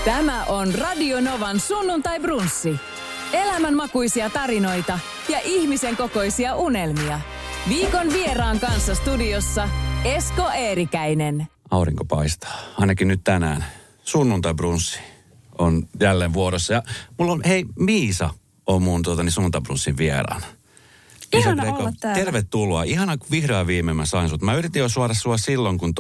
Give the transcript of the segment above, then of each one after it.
Tämä on Radio Novan sunnuntai-brunssi. Elämänmakuisia tarinoita ja ihmisen kokoisia unelmia. Viikon vieraan kanssa studiossa Esko Eerikäinen. Aurinko paistaa. Ainakin nyt tänään. Sunnuntai-brunssi on jälleen vuorossa. Ja mulla on, Miisa on mun sunnuntai-brunssin vieraana. Ihana olla täällä. Tervetuloa. Ihana, kun vihdoin viimein mä sain sut. Mä yritin jo suoda sua silloin, kun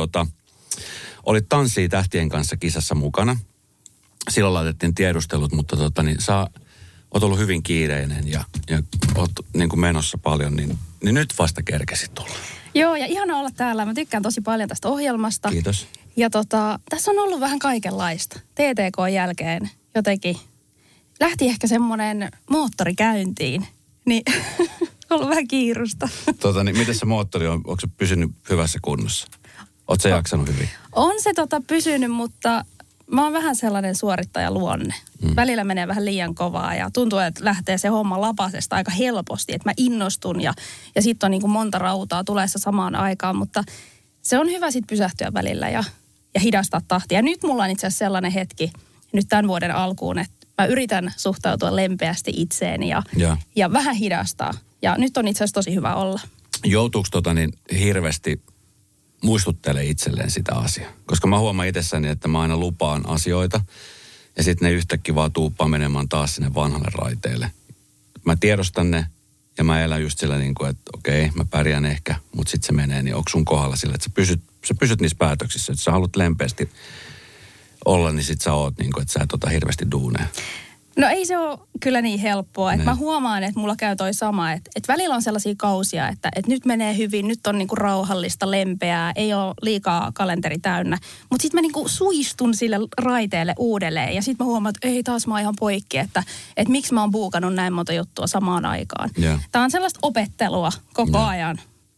olit Tanssii tähtien kanssa kisassa mukana. Silloin laitettiin tiedustelut, mutta sä oot ollut hyvin kiireinen ja oot niin kuin menossa paljon, niin nyt vasta kerkesit tulla. Joo, ja ihana olla täällä. Mä tykkään tosi paljon tästä ohjelmasta. Kiitos. Ja tässä on ollut vähän kaikenlaista. TTK:n jälkeen jotenkin lähti ehkä semmoinen moottori käyntiin, niin ollut vähän kiirusta. Miten se moottori on? Onko se pysynyt hyvässä kunnossa? Oot sä jaksanut hyvin? On se pysynyt, mutta mä oon vähän sellainen suorittajaluonne. Välillä menee vähän liian kovaa ja tuntuu, että lähtee se homma lapasesta aika helposti. Että mä innostun ja sitten on niin kuin monta rautaa tuleessa samaan aikaan, mutta se on hyvä sitten pysähtyä välillä ja hidastaa tahtia. Ja nyt mulla on itse asiassa sellainen hetki nyt tämän vuoden alkuun, että mä yritän suhtautua lempeästi itseeni ja vähän hidastaa. Ja nyt on itse asiassa tosi hyvä olla. Joutuuko hirveästi muistuttele itselleen sitä asiaa? Koska mä huomaan itsessäni, että mä aina lupaan asioita ja sitten ne yhtäkkiä vaan tuuppaa menemään taas sinne vanhalle raiteelle. Mä tiedostan ne ja mä elän just sillä niin kuin, että okei, mä pärjään ehkä, mutta sitten se menee, niin onko sun kohdalla sillä, että sä pysyt niissä päätöksissä. Että sä haluat lempeästi olla, niin sit sä oot niin kuin, että sä et hirveästi duuneja. No ei se ole kyllä niin helppoa. Että mä huomaan, että mulla käy toi sama, että välillä on sellaisia kausia, että nyt menee hyvin, nyt on niinku rauhallista, lempeää, ei ole liikaa kalenteri täynnä. Mutta sitten mä niinku suistun sille raiteelle uudelleen ja sitten mä huomaan, että ei taas mä oon ihan poikki, että miksi mä oon buukannut näin monta juttua samaan aikaan. Yeah. Tää on sellaista opettelua koko ajan.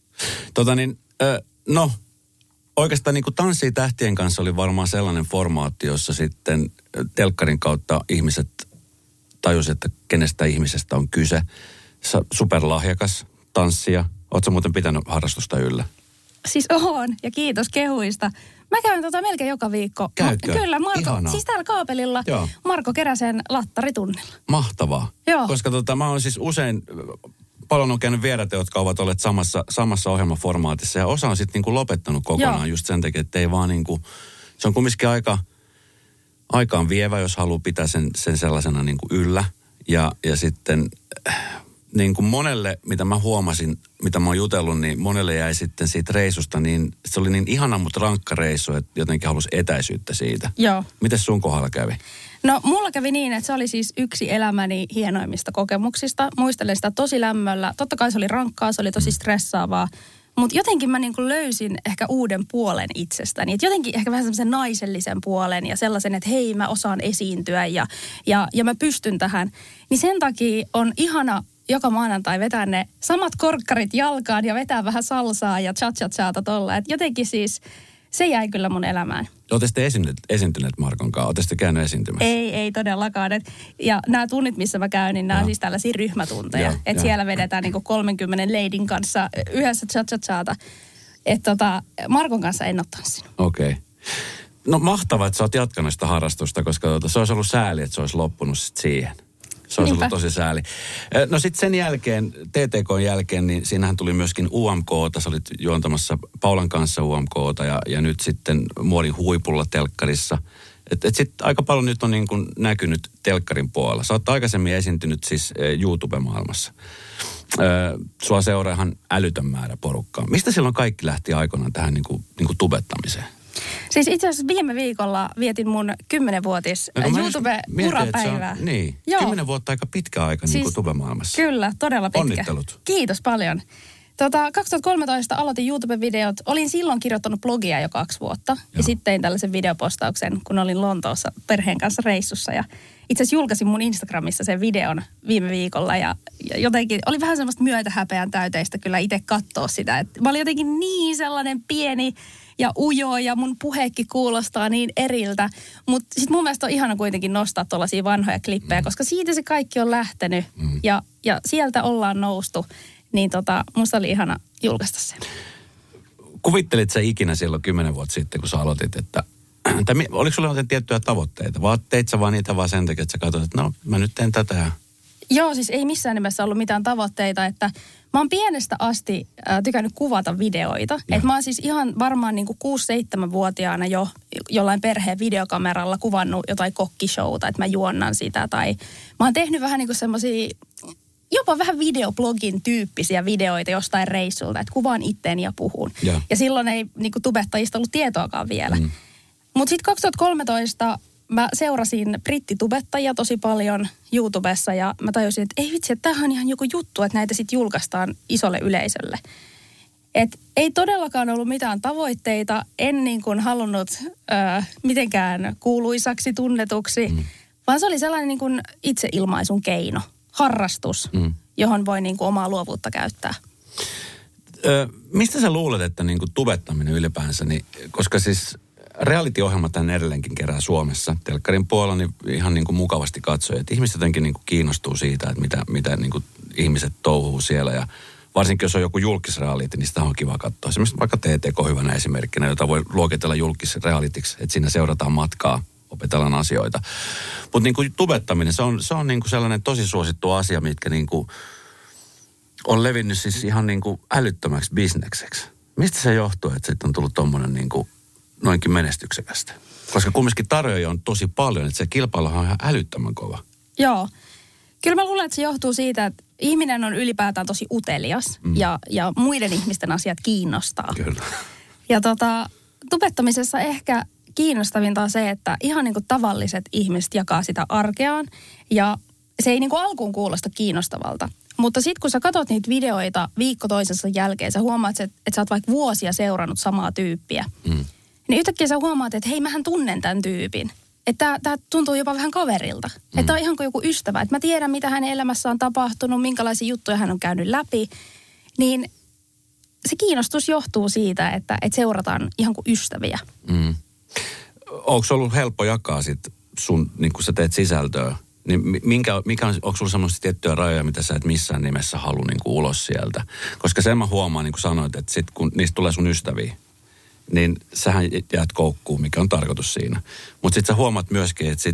Oikeastaan niin kuin Tanssii tähtien kanssa oli varmaan sellainen formaatti, jossa sitten telkkarin kautta ihmiset tajusi, että kenestä ihmisestä on kyse. Superlahjakas tanssija. Ootko muuten pitänyt harrastusta yllä? Siis on, ja kiitos kehuista. Mä käyn melkein joka viikko. Käytkö? Kyllä, Marko. Ihanaa. Siis täällä Kaapelilla. Joo. Marko Keräsen lattaritunnilla. Mahtavaa. Joo. Koska mä oon siis usein, paljon on käynyt vieraita, jotka ovat olleet samassa ohjelmaformaatissa. Ja osa on sitten niinku lopettanut kokonaan just sen takia, että ei vaan niinku, se on kumminkin aikaan vievä, jos haluaa pitää sen sellaisena niinku yllä. Ja sitten niin kuin monelle, mitä mä huomasin, mitä mä oon jutellut, niin monelle jäi sitten siitä reissusta, niin se oli niin ihana, mutta rankka reissu, että jotenkin halusi etäisyyttä siitä. Joo. Miten sun kohdalla kävi? No mulla kävi niin, että se oli siis yksi elämäni hienoimmista kokemuksista. Muistelen sitä tosi lämmöllä. Totta kai se oli rankkaa, se oli tosi stressaavaa. Mutta jotenkin mä niinku löysin ehkä uuden puolen itsestäni. Et jotenkin ehkä vähän semmoisen naisellisen puolen ja sellaisen, että hei, mä osaan esiintyä ja mä pystyn tähän. Niin sen takia on ihana joka maanantai vetää ne samat korkkarit jalkaan ja vetää vähän salsaa ja cha-cha-chaata tolla. Et jotenkin siis se jäi kyllä mun elämään. Oletteko te esiintyneet Markon kanssa? Oletteko te käynyt esiintymässä? Ei todellakaan. Ja nämä tunnit, missä mä käyn, niin nämä on siis tällaisia ryhmätunteja. Että siellä vedetään niinku 30 leidin kanssa yhdessä cha-cha-chaata. Että Markon kanssa en ole tanssinut. Okei. Okay. No mahtavaa, että sä oot jatkanut sitä harrastusta, koska se olisi ollut sääli, että se olisi loppunut sit siihen. Se olisi ollut tosi sääli. No sitten sen jälkeen, TTK:n jälkeen, niin siinähän tuli myöskin UMK:ta. Sä olit juontamassa Paulan kanssa UMK:ta ja nyt sitten muodin huipulla telkkarissa. Et sitten aika paljon nyt on niin kuin näkynyt telkkarin puolella. Sä oot aikaisemmin esiintynyt siis YouTube-maailmassa. Sua seuraa ihan älytön määrä porukkaa. Mistä silloin kaikki lähti aikoinaan tähän niin kuin tubettamiseen? Siis itse asiassa viime viikolla vietin mun 10-vuotis YouTube-urapäivää. Niin, joo. 10 vuotta aika pitkä aika siis, niin kuin tube-maailmassa. Kyllä, todella pitkä. Onnittelut. Kiitos paljon. 2013 aloitin YouTube-videot. Olin silloin kirjoittanut blogia jo 2 vuotta. Joo. Ja sitten tein tällaisen videopostauksen, kun olin Lontoossa perheen kanssa reissussa. Ja itse asiassa julkaisin mun Instagramissa sen videon viime viikolla. Ja jotenkin oli vähän semmoista myötähäpeän täyteistä kyllä itse katsoa sitä. Et mä olin jotenkin niin sellainen pieni ja ujo ja mun puheekki kuulostaa niin eriltä. Mutta sitten mun mielestä on ihana kuitenkin nostaa tuollaisia vanhoja klippejä, koska siitä se kaikki on lähtenyt ja sieltä ollaan noustu. Niin musta oli ihana julkaista sen. Kuvittelit sä ikinä silloin 10 vuotta sitten, kun sä aloitit, että oliko sulla jotain tiettyjä tavoitteita? Vai teit sä vaan niitä vaan sen takia, että sä katsoit, että no mä nyt teen tätä. Joo, siis ei missään nimessä ollut mitään tavoitteita, että mä oon pienestä asti tykännyt kuvata videoita. Että mä oon siis ihan varmaan niin kuin 6-7-vuotiaana jo jollain perheen videokameralla kuvannut jotain kokkishowta, että mä juonnan sitä. Tai mä oon tehnyt vähän niin kuin semmosia, jopa vähän videoblogin tyyppisiä videoita jostain reissulta, että kuvaan itteeni ja puhun. Ja silloin ei niin kuin tubettajista ollut tietoakaan vielä. Mutta sitten 2013 mä seurasin brittitubettajia tosi paljon YouTubessa ja mä tajusin, että ei vitsi, että tämähän on ihan joku juttu, että näitä sitten julkaistaan isolle yleisölle. Et ei todellakaan ollut mitään tavoitteita, en niin kuin halunnut mitenkään kuuluisaksi, tunnetuksi, vaan se oli sellainen niin kuin itseilmaisun keino, harrastus, johon voi niin kuin omaa luovuutta käyttää. Mistä sä luulet, että niin kuin tubettaminen ylipäänsä, niin, koska siis reality-ohjelmat tämän edelleenkin kerää Suomessa. Telkkarin puolella niin ihan niin kuin mukavasti katsoi, että ihmiset jotenkin niin kuin kiinnostuu siitä, että mitä niin kuin ihmiset touhuu siellä. Ja varsinkin jos on joku julkisreality, niin sitä on kiva katsoa. Esimerkiksi vaikka TTK hyvänä esimerkkinä, jota voi luokitella julkisrealityksi, että siinä seurataan matkaa, opetellaan asioita. Mutta niin kuin tubettaminen, se on niin kuin sellainen tosi suosittu asia, mitkä niin kuin on levinnyt siis ihan niin kuin älyttömäksi bisnekseksi. Mistä se johtuu, että sitten on tullut tommoinen niin kuin noinkin menestyksekästä? Koska kumminkin tarjoajia on tosi paljon, että se kilpailu on ihan älyttömän kova. Joo. Kyllä mä luulen, että se johtuu siitä, että ihminen on ylipäätään tosi utelias ja muiden ihmisten asiat kiinnostaa. Kyllä. Ja tubettamisessa ehkä kiinnostavinta on se, että ihan niin kuin tavalliset ihmiset jakaa sitä arkeaan ja se ei niin kuin alkuun kuulosta kiinnostavalta. Mutta sitten kun sä katot niitä videoita viikko toisensa jälkeen, sä huomaat, että sä oot vaikka vuosia seurannut samaa tyyppiä. Niin yhtäkkiä sä huomaat, että hei, mähän tunnen tämän tyypin. Että tää tuntuu jopa vähän kaverilta. Että on ihan kuin joku ystävä. Että mä tiedän, mitä hänen elämässä on tapahtunut, minkälaisia juttuja hän on käynyt läpi. Niin se kiinnostus johtuu siitä, että seurataan ihan kuin ystäviä. Onko ollut helppo jakaa sit sun, niin kun sä teet sisältöä, niin onko sulla semmoista tiettyjä rajoja, mitä sä et missään nimessä halua niin kuin ulos sieltä? Koska sen mä huomaan, niin kuin sanoit, että sit kun niistä tulee sun ystäviä, niin sähän jäät koukkuun, mikä on tarkoitus siinä. Mutta sitten sä huomaat myöskin, että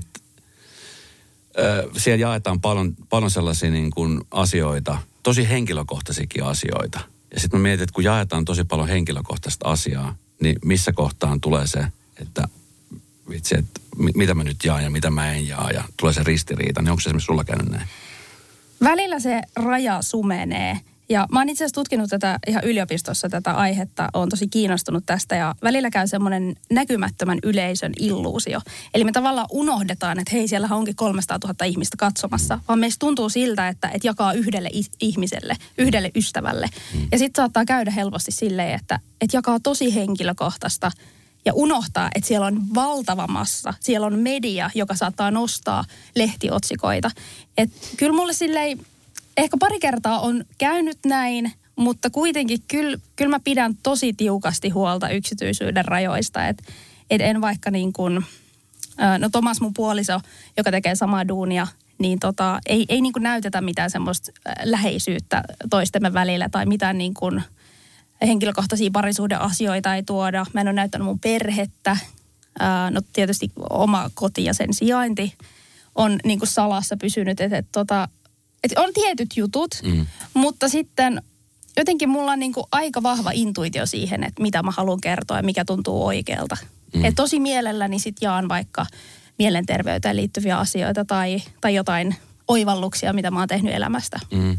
siellä jaetaan paljon sellaisia niin kuin asioita, tosi henkilökohtaisiakin asioita. Ja sitten mä mietin, että kun jaetaan tosi paljon henkilökohtaista asiaa, niin missä kohtaan tulee se, että vitsi, että mitä mä nyt jaan ja mitä mä en jaa ja tulee se ristiriita. Niin onko se esimerkiksi sulla käynyt näin? Välillä se raja sumenee. Ja mä oon itse asiassa tutkinut tätä ihan yliopistossa tätä aihetta, oon tosi kiinnostunut tästä ja välillä käy semmoinen näkymättömän yleisön illuusio. Eli me tavallaan unohdetaan, että hei, siellähän onkin 300 000 ihmistä katsomassa, vaan meistä tuntuu siltä, että jakaa yhdelle ihmiselle, yhdelle ystävälle. Ja sitten saattaa käydä helposti silleen, että jakaa tosi henkilökohtaista ja unohtaa, että siellä on valtava massa, siellä on media, joka saattaa nostaa lehtiotsikoita. Että kyllä mulle silleen ehkä pari kertaa on käynyt näin, mutta kuitenkin kyllä mä pidän tosi tiukasti huolta yksityisyyden rajoista. Et en vaikka niin kuin, no Tomas mun puoliso, joka tekee samaa duunia, niin ei niin kuin näytetä mitään semmoista läheisyyttä toistemme välillä tai mitään niin kuin henkilökohtaisia parisuhdeasioita ei tuoda. Mä en ole näyttänyt mun perhettä. No tietysti oma koti ja sen sijainti on niin kuin salassa pysynyt, että on tietyt jutut, mutta sitten jotenkin mulla on niin kuin aika vahva intuitio siihen, että mitä mä haluan kertoa ja mikä tuntuu oikealta. Että tosi mielelläni sit jaan vaikka mielenterveyteen liittyviä asioita tai jotain oivalluksia, mitä mä oon tehnyt elämästä.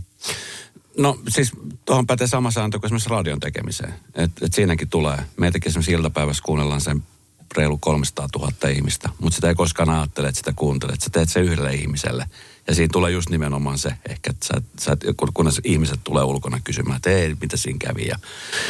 No siis tuohon pätee sama sääntö kuin esimerkiksi radion tekemiseen. Että siinäkin tulee. Meitäkin esimerkiksi iltapäivässä kuunnellaan sen reilu 300 000 ihmistä, mutta sitä ei koskaan ajattele, että sitä kuuntelet. Sä teet sen yhdelle ihmiselle. Ja siinä tulee just nimenomaan se, ehkä, että kun ihmiset tulee ulkona kysymään, että ei, mitä siinä kävi. Ja,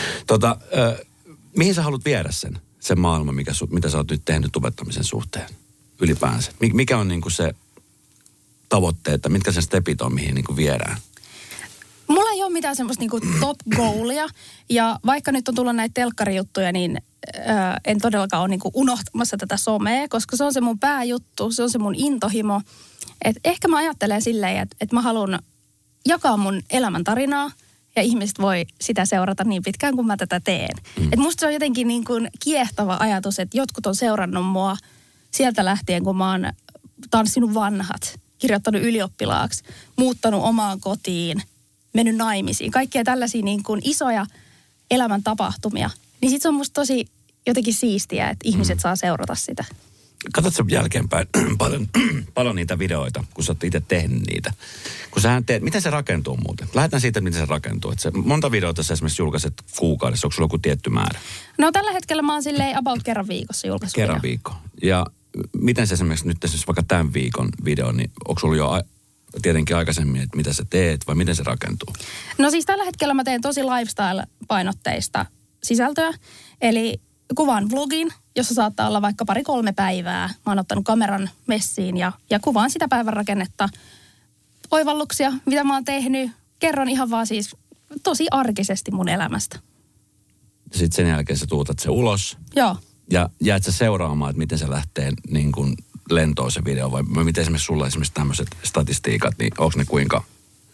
mihin sä haluat viedä sen maailman, mitä sä oot nyt tehnyt tubettamisen suhteen ylipäänsä? Mikä on niinku se tavoitteet, mitkä sen stepit on, mihin niinku viedään? Mulla ei ole mitään semmoista niinku top goalia. Ja vaikka nyt on tullut näitä telkkarijuttuja, niin en todellakaan ole niinku unohtamassa tätä somea, koska se on se mun pääjuttu, se on se mun intohimo. Et ehkä mä ajattelen silleen, että mä haluan jakaa mun elämäntarinaa ja ihmiset voi sitä seurata niin pitkään kuin mä tätä teen. Et musta se on jotenkin niin kuin kiehtova ajatus, että jotkut on seurannut mua sieltä lähtien, kun mä oon tanssinut vanhat, kirjoittanut ylioppilaaksi, muuttanut omaan kotiin, mennyt naimisiin. Kaikkia tällaisia niin kuin isoja elämän tapahtumia. Niin sit se on musta tosi jotenkin siistiä, että ihmiset saa seurata sitä. Katsotko jälkeenpäin paljon niitä videoita, kun sä oot itse tehnyt niitä? Kun sähän teet, miten se rakentuu muuten? Lähdetään siitä, miten se rakentuu. Että monta videota sä esimerkiksi julkaiset kuukaudessa, onko sulla joku tietty määrä? No tällä hetkellä mä oon silleen about kerran viikossa julkaissut. Kerran viikko. Ja miten se esimerkiksi nyt esimerkiksi vaikka tämän viikon video, niin onko sulla jo tietenkin aikaisemmin, että mitä sä teet vai miten se rakentuu? No siis tällä hetkellä mä teen tosi lifestyle-painotteista sisältöä. Eli kuvaan vlogin, jossa saattaa olla vaikka 2-3 päivää. Mä oon ottanut kameran messiin ja kuvaan sitä päivän rakennetta, oivalluksia, mitä mä oon tehnyt. Kerron ihan vaan siis tosi arkisesti mun elämästä. Sitten sen jälkeen sä tuutat se ulos. Joo. Ja jäät sä seuraamaan, että miten se lähtee niin kuin lentoon se video vai miten esimerkiksi sulla esimerkiksi tämmöiset statistiikat, niin onko ne kuinka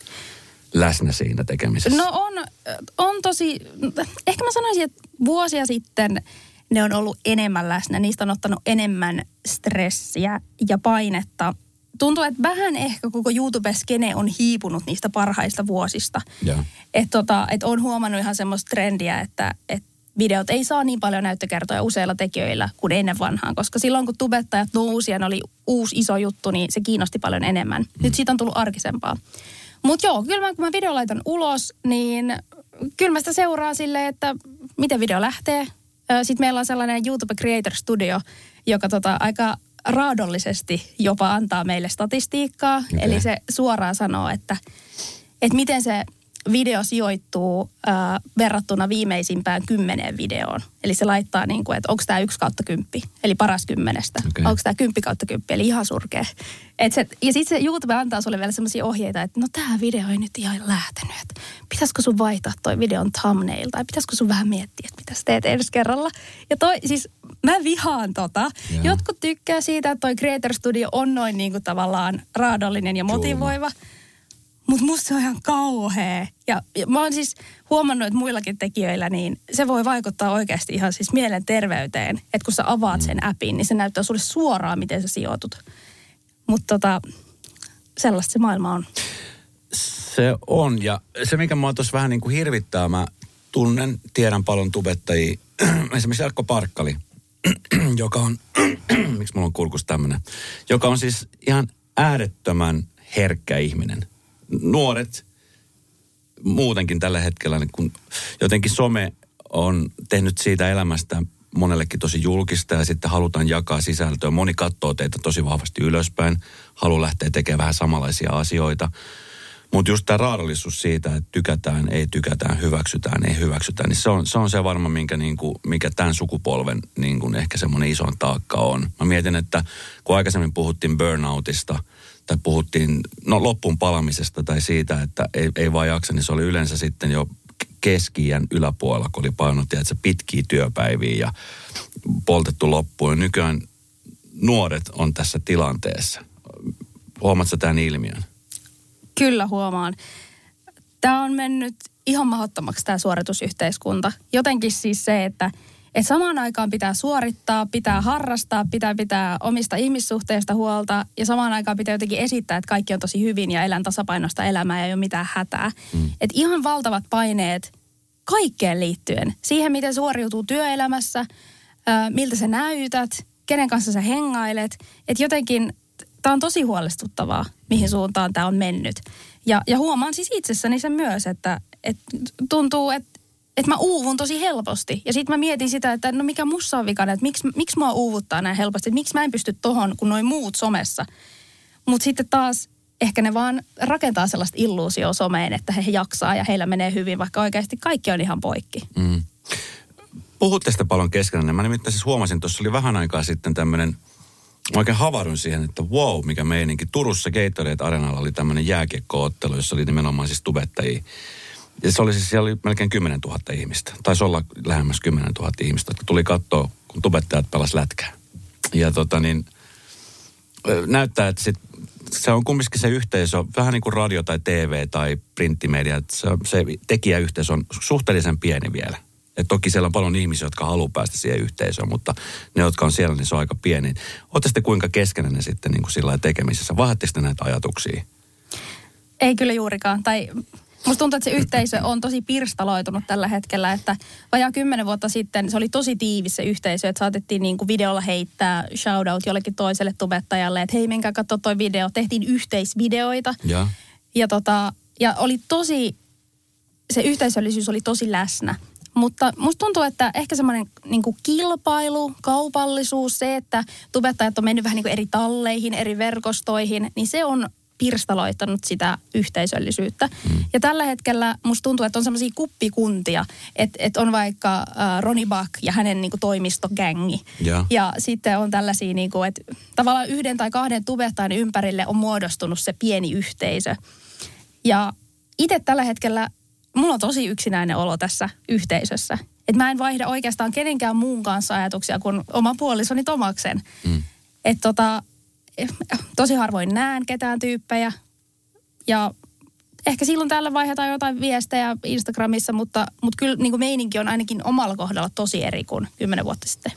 läsnä siinä tekemisessä? No on tosi, ehkä mä sanoisin, että vuosia sitten ne on ollut enemmän läsnä. Niistä on ottanut enemmän stressiä ja painetta. Tuntuu, että vähän ehkä koko YouTube-skene on hiipunut niistä parhaista vuosista. Että on huomannut ihan semmoista trendiä, että videot ei saa niin paljon näyttökertoja useilla tekijöillä kuin ennen vanhaan. Koska silloin kun tubettajat nousi ja ne oli uusi iso juttu, niin se kiinnosti paljon enemmän. Nyt siitä on tullut arkisempaa. Mutta joo, kyllä kun mä video laitan ulos, niin kyllä mä sitä seuraa silleen, että miten video lähtee. Sitten meillä on sellainen YouTube Creator Studio, joka aika raadollisesti jopa antaa meille statistiikkaa. Okay. Eli se suoraan sanoo, että miten se video sijoittuu verrattuna viimeisimpään 10 videoon. Eli se laittaa niin kuin, että onko tämä 1/10, eli paras 10. Okay. Onko tämä 10/10, eli ihan surkea. Ja sitten se YouTube antaa sulle vielä sellaisia ohjeita, että no tämä video ei nyt ihan lähtenyt. Että pitäisikö sun vaihtaa toi videon thumbnail, tai pitäisikö sun vähän miettiä, että mitä sä teet ensi kerralla. Ja siis mä vihaan Yeah. Jotkut tykkää siitä, että toi Creator Studio on noin niin kuin tavallaan raadollinen ja motivoiva. Mutta musta se on ihan kauhea. Ja mä oon siis huomannut, että muillakin tekijöillä, niin se voi vaikuttaa oikeasti ihan siis mielenterveyteen. Että kun sä avaat sen appin, niin se näyttää sulle suoraan, miten sä sijoitut. Mutta sellaista se maailma on. Se on. Ja se, mikä mua tuossa vähän niin kuin hirvittää, mä tiedän paljon tubettajia. Esimerkiksi Jarkko Parkkali, joka on, miksi mulla on kurkus tämmönen, joka on siis ihan äärettömän herkkä ihminen. Nuoret muutenkin tällä hetkellä, kun jotenkin some on tehnyt siitä elämästä monellekin tosi julkista ja sitten halutaan jakaa sisältöä. Moni katsoo teitä tosi vahvasti ylöspäin, haluaa lähteä tekemään vähän samanlaisia asioita. Mutta just tämä raadollisuus siitä, että tykätään, ei tykätään, hyväksytään, ei hyväksytään, niin se on se varma, mikä tämän sukupolven ehkä semmoinen iso taakka on. Mä mietin, että kun aikaisemmin puhuttiin burnoutista, tai puhuttiin loppuun palamisesta tai siitä, että ei vaan jaksa, niin se oli yleensä sitten jo keski-iän yläpuolella, kun oli painot pitkiä työpäiviä ja poltettu loppuun. Ja nykyään nuoret on tässä tilanteessa. Huomaatko tämän ilmiön? Kyllä huomaan. Tämä on mennyt ihan mahdottomaksi tämä suoritusyhteiskunta. Jotenkin siis se, että samaan aikaan pitää suorittaa, pitää harrastaa, pitää omista ihmissuhteista huolta ja samaan aikaan pitää jotenkin esittää, että kaikki on tosi hyvin ja elän tasapainoista elämää ja ei ole mitään hätää. Että ihan valtavat paineet kaikkeen liittyen. Siihen, miten suoriutuu työelämässä, miltä sä näytät, kenen kanssa sä hengailet. Että jotenkin tämä on tosi huolestuttavaa, mihin suuntaan tämä on mennyt. Ja huomaan siis itsessäni sen myös, että tuntuu, että mä uuvun tosi helposti. Ja sitten mä mietin sitä, että no mikä musta on vikana, että miksi mua uuvuttaa näin helposti, että miksi mä en pysty tohon kuin noi muut somessa. Mutta sitten taas ehkä ne vaan rakentaa sellaista illuusioa someen, että he jaksaa ja heillä menee hyvin, vaikka oikeasti kaikki on ihan poikki. Puhutte sitä paljon keskenään. Mä nimittäin siis huomasin, tuossa oli vähän aikaa sitten tämmöinen, mä oikein havahdun siihen, että wow, mikä meininki. Turussa Gatorade-areenalla oli tämmöinen jääkiekkoottelu, jossa oli nimenomaan siis tubettajia. Ja se oli siis, siellä oli melkein 10 000 ihmistä. Taisi olla lähemmäs 10 000 ihmistä, jotka tuli katsoa, kun tubettajat pelas lätkää. Ja näyttää, että se on kumminkin se yhteisö, vähän niin kuin radio tai TV tai printtimedia, että se tekijäyhteisö on suhteellisen pieni vielä. Et toki siellä on paljon ihmisiä, jotka haluaa päästä siihen yhteisöön, mutta ne, jotka on siellä, niin se on aika pieni. Ootte sitten kuinka keskenään ne sitten niin kuin sillä lailla tekemisessä? Vaihdatteko te näitä ajatuksia? Ei kyllä juurikaan. Tai musta tuntuu, että se yhteisö on tosi pirstaloitunut tällä hetkellä, että vajaa 10 vuotta sitten se oli tosi tiivis se yhteisö, että saatettiin niin kuin videolla heittää shoutout jollekin toiselle tubettajalle, että hei, menkää katsoa toi video. Tehtiin yhteisvideoita. Ja oli tosi, se yhteisöllisyys oli tosi läsnä. Mutta musta tuntuu, että ehkä semmoinen niin kuin kilpailu, kaupallisuus, se, että tubettajat on mennyt vähän niin kuin eri talleihin, eri verkostoihin, niin se on pirstaloittanut sitä yhteisöllisyyttä. Ja tällä hetkellä musta tuntuu, että on semmoisia kuppikuntia, että on vaikka Ronny Buck ja hänen niin kuin toimistogängi. Ja sitten on tällaisia, niin kuin, että tavallaan 1 tai 2 tubettajan ympärille on muodostunut se pieni yhteisö. Ja itse tällä hetkellä mulla on tosi yksinäinen olo tässä yhteisössä. Että mä en vaihda oikeastaan kenenkään muun kanssa ajatuksia kuin oman puolisoni Tomaksen. Että tosi harvoin näen ketään tyyppejä. Ja ehkä silloin täällä vaihdetaan jotain viestejä Instagramissa, mutta kyllä niin kuin meininki on ainakin omalla kohdalla tosi eri kuin 10 vuotta sitten.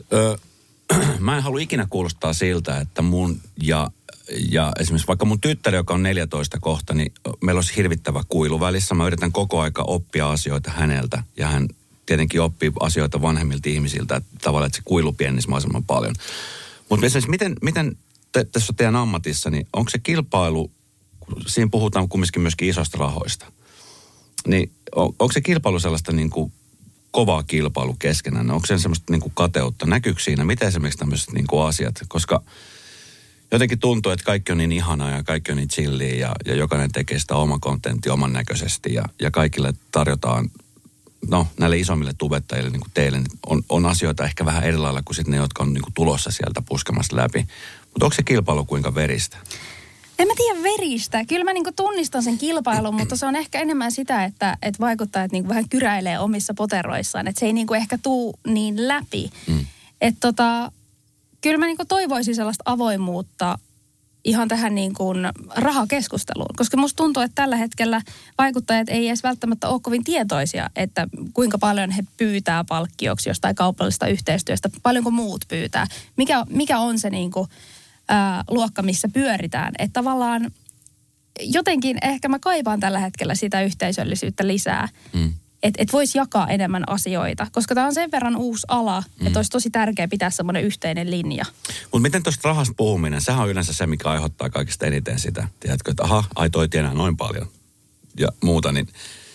Mä en halua ikinä kuulostaa siltä, että mun ja esimerkiksi vaikka mun tyttäri, joka on 14 kohta, niin meillä olisi hirvittävä kuilu välissä. Mä yritän koko aika oppia asioita häneltä ja hän tietenkin oppii asioita vanhemmilta ihmisiltä, että tavallaan että se kuilu pienisi mahdollisimman paljon. Mutta esimerkiksi miten tässä teidän ammatissa, niin onko se kilpailu, siinä puhutaan kumminkin myöskin isosta rahoista, niin onko se kilpailu sellaista niin kuin kovaa kilpailu keskenään? Onko se semmoista niin kuin kateutta? Näkyykö siinä? Miten esimerkiksi tämmöiset niin kuin asiat? Koska jotenkin tuntuu, että kaikki on niin ihanaa ja kaikki on niin chilliä ja jokainen tekee sitä oma kontentti oman näköisesti ja kaikille tarjotaan, näille isommille tubettajille niin kuin teille, on asioita ehkä vähän eri lailla kuin sitten ne, jotka on niin kuin tulossa sieltä puskemassa läpi. Mutta onko se kilpailu kuinka veristä? En mä tiedä veristä. Kyllä mä niinku tunnistan sen kilpailun, mutta se on ehkä enemmän sitä, että vaikuttajat niinku vähän kyräilee omissa poteroissaan. Että se ei niinku ehkä tuu niin läpi. Että kyllä mä niinku toivoisin sellaista avoimuutta ihan tähän niinku rahakeskusteluun. Koska musta tuntuu, että tällä hetkellä vaikuttajat ei edes välttämättä ole kovin tietoisia, että kuinka paljon he pyytää palkkioksi jostain kaupallisesta yhteistyöstä. Paljonko muut pyytää. Mikä on se niinku luokka, missä pyöritään. Että tavallaan jotenkin ehkä mä kaipaan tällä hetkellä sitä yhteisöllisyyttä lisää. Että voisi jakaa enemmän asioita. Koska tämä on sen verran uusi ala, että olisi tosi tärkeää pitää semmoinen yhteinen linja. Mutta miten tuosta rahasta puhuminen, sehän on yleensä se, mikä aiheuttaa kaikista eniten sitä. Tiedätkö, että toi tienaa noin paljon ja muuta, niin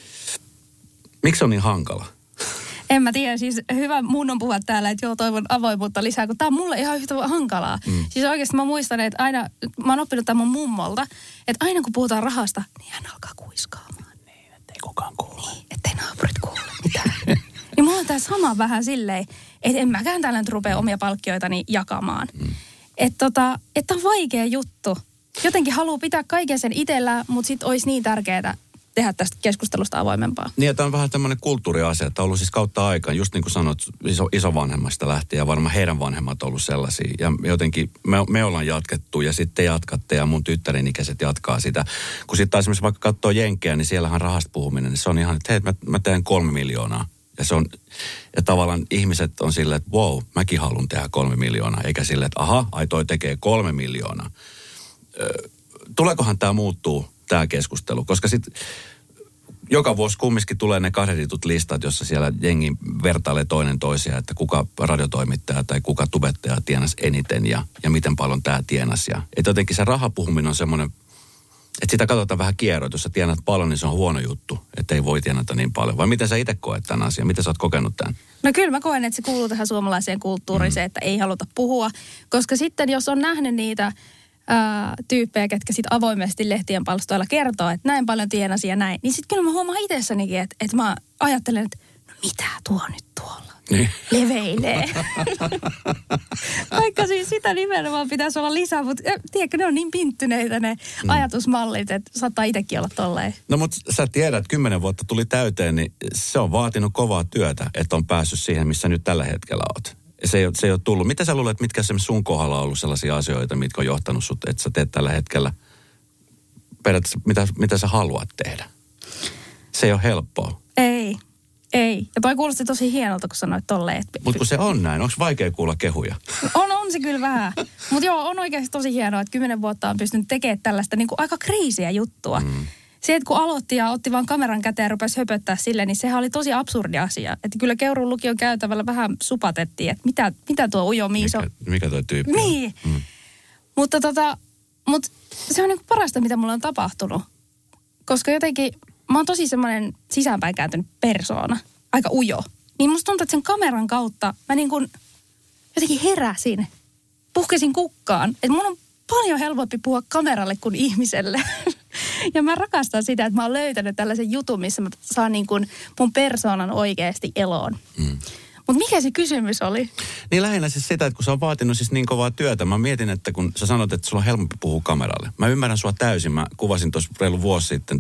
miksi se on niin hankala? En mä tiedä, siis hyvä mun on puhua täällä, että joo, toivon avoimuutta lisää, kun tää on mulle ihan yhtä hankalaa. Siis oikeasti mä muistan, että aina, mä oon oppinut tämän mun mummolta, että aina kun puhutaan rahasta, niin hän alkaa kuiskaamaan. Niin, ettei kukaan kuule. Niin, ettei naapurit kuule mitään. Niin mulla on tää sama vähän silleen, että en mäkään täällä nyt rupea omia palkkioitani jakamaan. Että on vaikea juttu. Jotenkin haluaa pitää kaiken sen itsellä, mutta sit olisi niin tärkeää tehdä tästä keskustelusta avoimempaa. Niin, että on vähän tämmöinen kulttuuriasia, että on ollut siis kautta aikaan, just niin kuin sanot, isovanhemmasta lähtien ja varmaan heidän vanhemmat on ollut sellaisia. Ja jotenkin me ollaan jatkettu ja sitten te jatkatte ja mun tyttären ikäiset jatkaa sitä. Kun sitten esimerkiksi vaikka katsoo Jenkkejä, niin siellähän rahasta puhuminen, niin se on ihan, että hei, mä teen 3 miljoonaa. Ja tavallaan ihmiset on silleen, että wow, mäkin haluan tehdä 3 miljoonaa. Eikä silleen, että toi tekee 3 miljoonaa. Tuleekohan tämä muuttuu? Tämä keskustelu, koska sitten joka vuosi kumminkin tulee ne kahdeditut listat, jossa siellä jengi vertailee toinen toisia, että kuka radiotoimittaja tai kuka tubettaja tienasi eniten ja miten paljon tämä tienasi. Että jotenkin se rahapuhuminen on semmoinen, että sitä katsotaan vähän kierroit. Jos sä tienat paljon, niin se on huono juttu, että ei voi tienata niin paljon. Vai miten sä itse koet tämän asian? Miten sä oot kokenut tämän? No kyllä mä koen, että se kuuluu tähän suomalaiseen kulttuuriin se, että ei haluta puhua. Koska sitten jos on nähnyt niitä tyyppejä, ketkä sitten avoimesti lehtien palstoilla kertoo, että näin paljon tienasi ja näin. Niin sitten kyllä mä huomaan itsessänikin, että mä ajattelen, että no mitä tuo nyt tuolla leveilee. Vaikka siis sitä nimenomaan pitäisi olla lisää, mutta tiedätkö, ne on niin pinttyneitä ne ajatusmallit, että saattaa itsekin olla tolleen. No mutta sä tiedät, että 10 vuotta tuli täyteen, niin se on vaatinut kovaa työtä, että on päässyt siihen, missä nyt tällä hetkellä oot. Se ei ole tullut. Mitä sä luulet, mitkä se sun kohdalla on ollut sellaisia asioita, mitkä on johtanut sut, että sä teet tällä hetkellä periaatteessa, mitä sä haluat tehdä? Se ei ole helppoa. Ei. Ja toi kuulosti tosi hienolta, kun sanoit tolleen. Mutta kun se on näin, onko vaikea kuulla kehuja? On se kyllä vähän. Mutta joo, on oikeasti tosi hienoa, että 10 vuotta on pystynyt tekemään tällaista niin kuin aika kriisiä juttua. Se, että kun aloitti ja otti vaan kameran käteen ja rupesi höpöttää sille, niin sehän oli tosi absurdi asia. Että kyllä Keuruun lukion käytävällä vähän supatettiin, että mitä tuo ujo Miiso... Mikä tuo tyyppi niin. on? Mutta se on niin parasta, mitä mulle on tapahtunut. Koska jotenkin mä oon tosi semmoinen sisäänpäin kääntynyt persoona, aika ujo. Niin musta tuntuu, että sen kameran kautta mä niin kuin jotenkin heräsin, puhkesin kukkaan. Että mun on paljon helpompi puhua kameralle kuin ihmiselle. Ja mä rakastan sitä, että mä oon löytänyt tällaisen jutun, missä mä saan niin kuin mun persoonan oikeasti eloon. Mutta mikä se kysymys oli? Niin lähinnä siis sitä, että kun sä oot vaatinut siis niin kovaa työtä. Mä mietin, että kun sä sanot, että sulla on helpompi puhua kameralle. Mä ymmärrän sua täysin. Mä kuvasin tuossa reilu vuosi sitten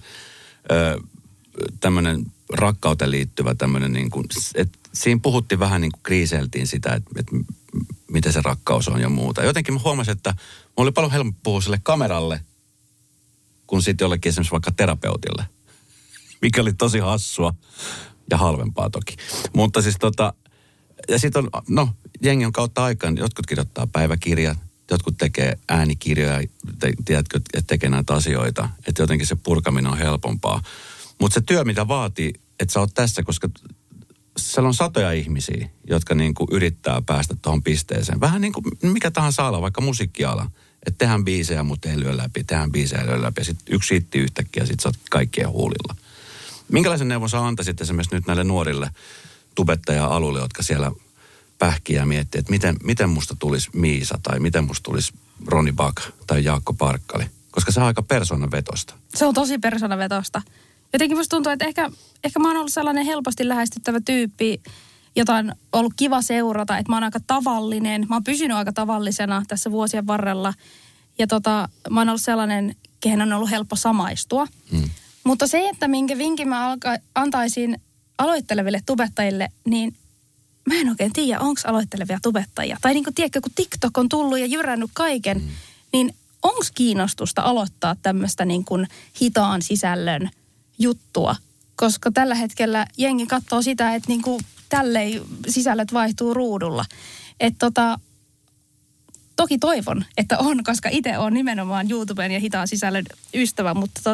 tämmöinen rakkauteen liittyvä tämmöinen niin kuin, että siinä puhuttiin vähän niin kuin kriiseltiin sitä, että mitä se rakkaus on ja muuta. Jotenkin mä huomasin, että mulla oli paljon helpompi puhua sille kameralle, kuin sitten jollekin esimerkiksi vaikka terapeutille, mikä oli tosi hassua ja halvempaa toki. Mutta siis ja sitten on, jengi on kautta aikaan, jotkut kirjoittaa päiväkirjat, jotkut tekee äänikirjoja, tiedätkö, että tekee näitä asioita, että jotenkin se purkaminen on helpompaa. Mutta se työ, mitä vaatii, että sä oot tässä, koska siellä on satoja ihmisiä, jotka niinku yrittää päästä tuohon pisteeseen. Vähän niin kuin mikä tahansa ala, vaikka musiikkiala. Että tehdään biisejä, mutta ei lyö läpi, ja sitten yksi hitti yhtäkkiä, ja sitten sä oot kaikkien huulilla. Minkälaisen neuvon sä antaisit esimerkiksi nyt näille nuorille tubettaja-aluille, jotka siellä pähkiä ja miettii, että miten musta tulisi Miisa, tai miten musta tulisi Roni Bak tai Jaakko Parkkali? Koska se on aika persoonavetosta. Se on tosi persoonavetosta. Jotenkin musta tuntuu, että ehkä mä oon ollut sellainen helposti lähestyttävä tyyppi, jota on ollut kiva seurata, että mä oon aika tavallinen. Mä oon pysynyt aika tavallisena tässä vuosien varrella. Ja mä oon ollut sellainen, kehen on ollut helppo samaistua. Mutta se, että minkä vinkin mä antaisin aloitteleville tubettajille, niin mä en oikein tiedä, onko aloittelevia tubettajia. Tai niin kuin tiedätkö, kun TikTok on tullut ja jyrännyt kaiken, niin onko kiinnostusta aloittaa tämmöistä niin kuin hitaan sisällön juttua? Koska tällä hetkellä jengi katsoo sitä, että niin kuin tälleen sisällöt vaihtuu ruudulla. Että toki toivon, että on, koska itse olen nimenomaan YouTuben ja hitaan sisällön ystävä, mutta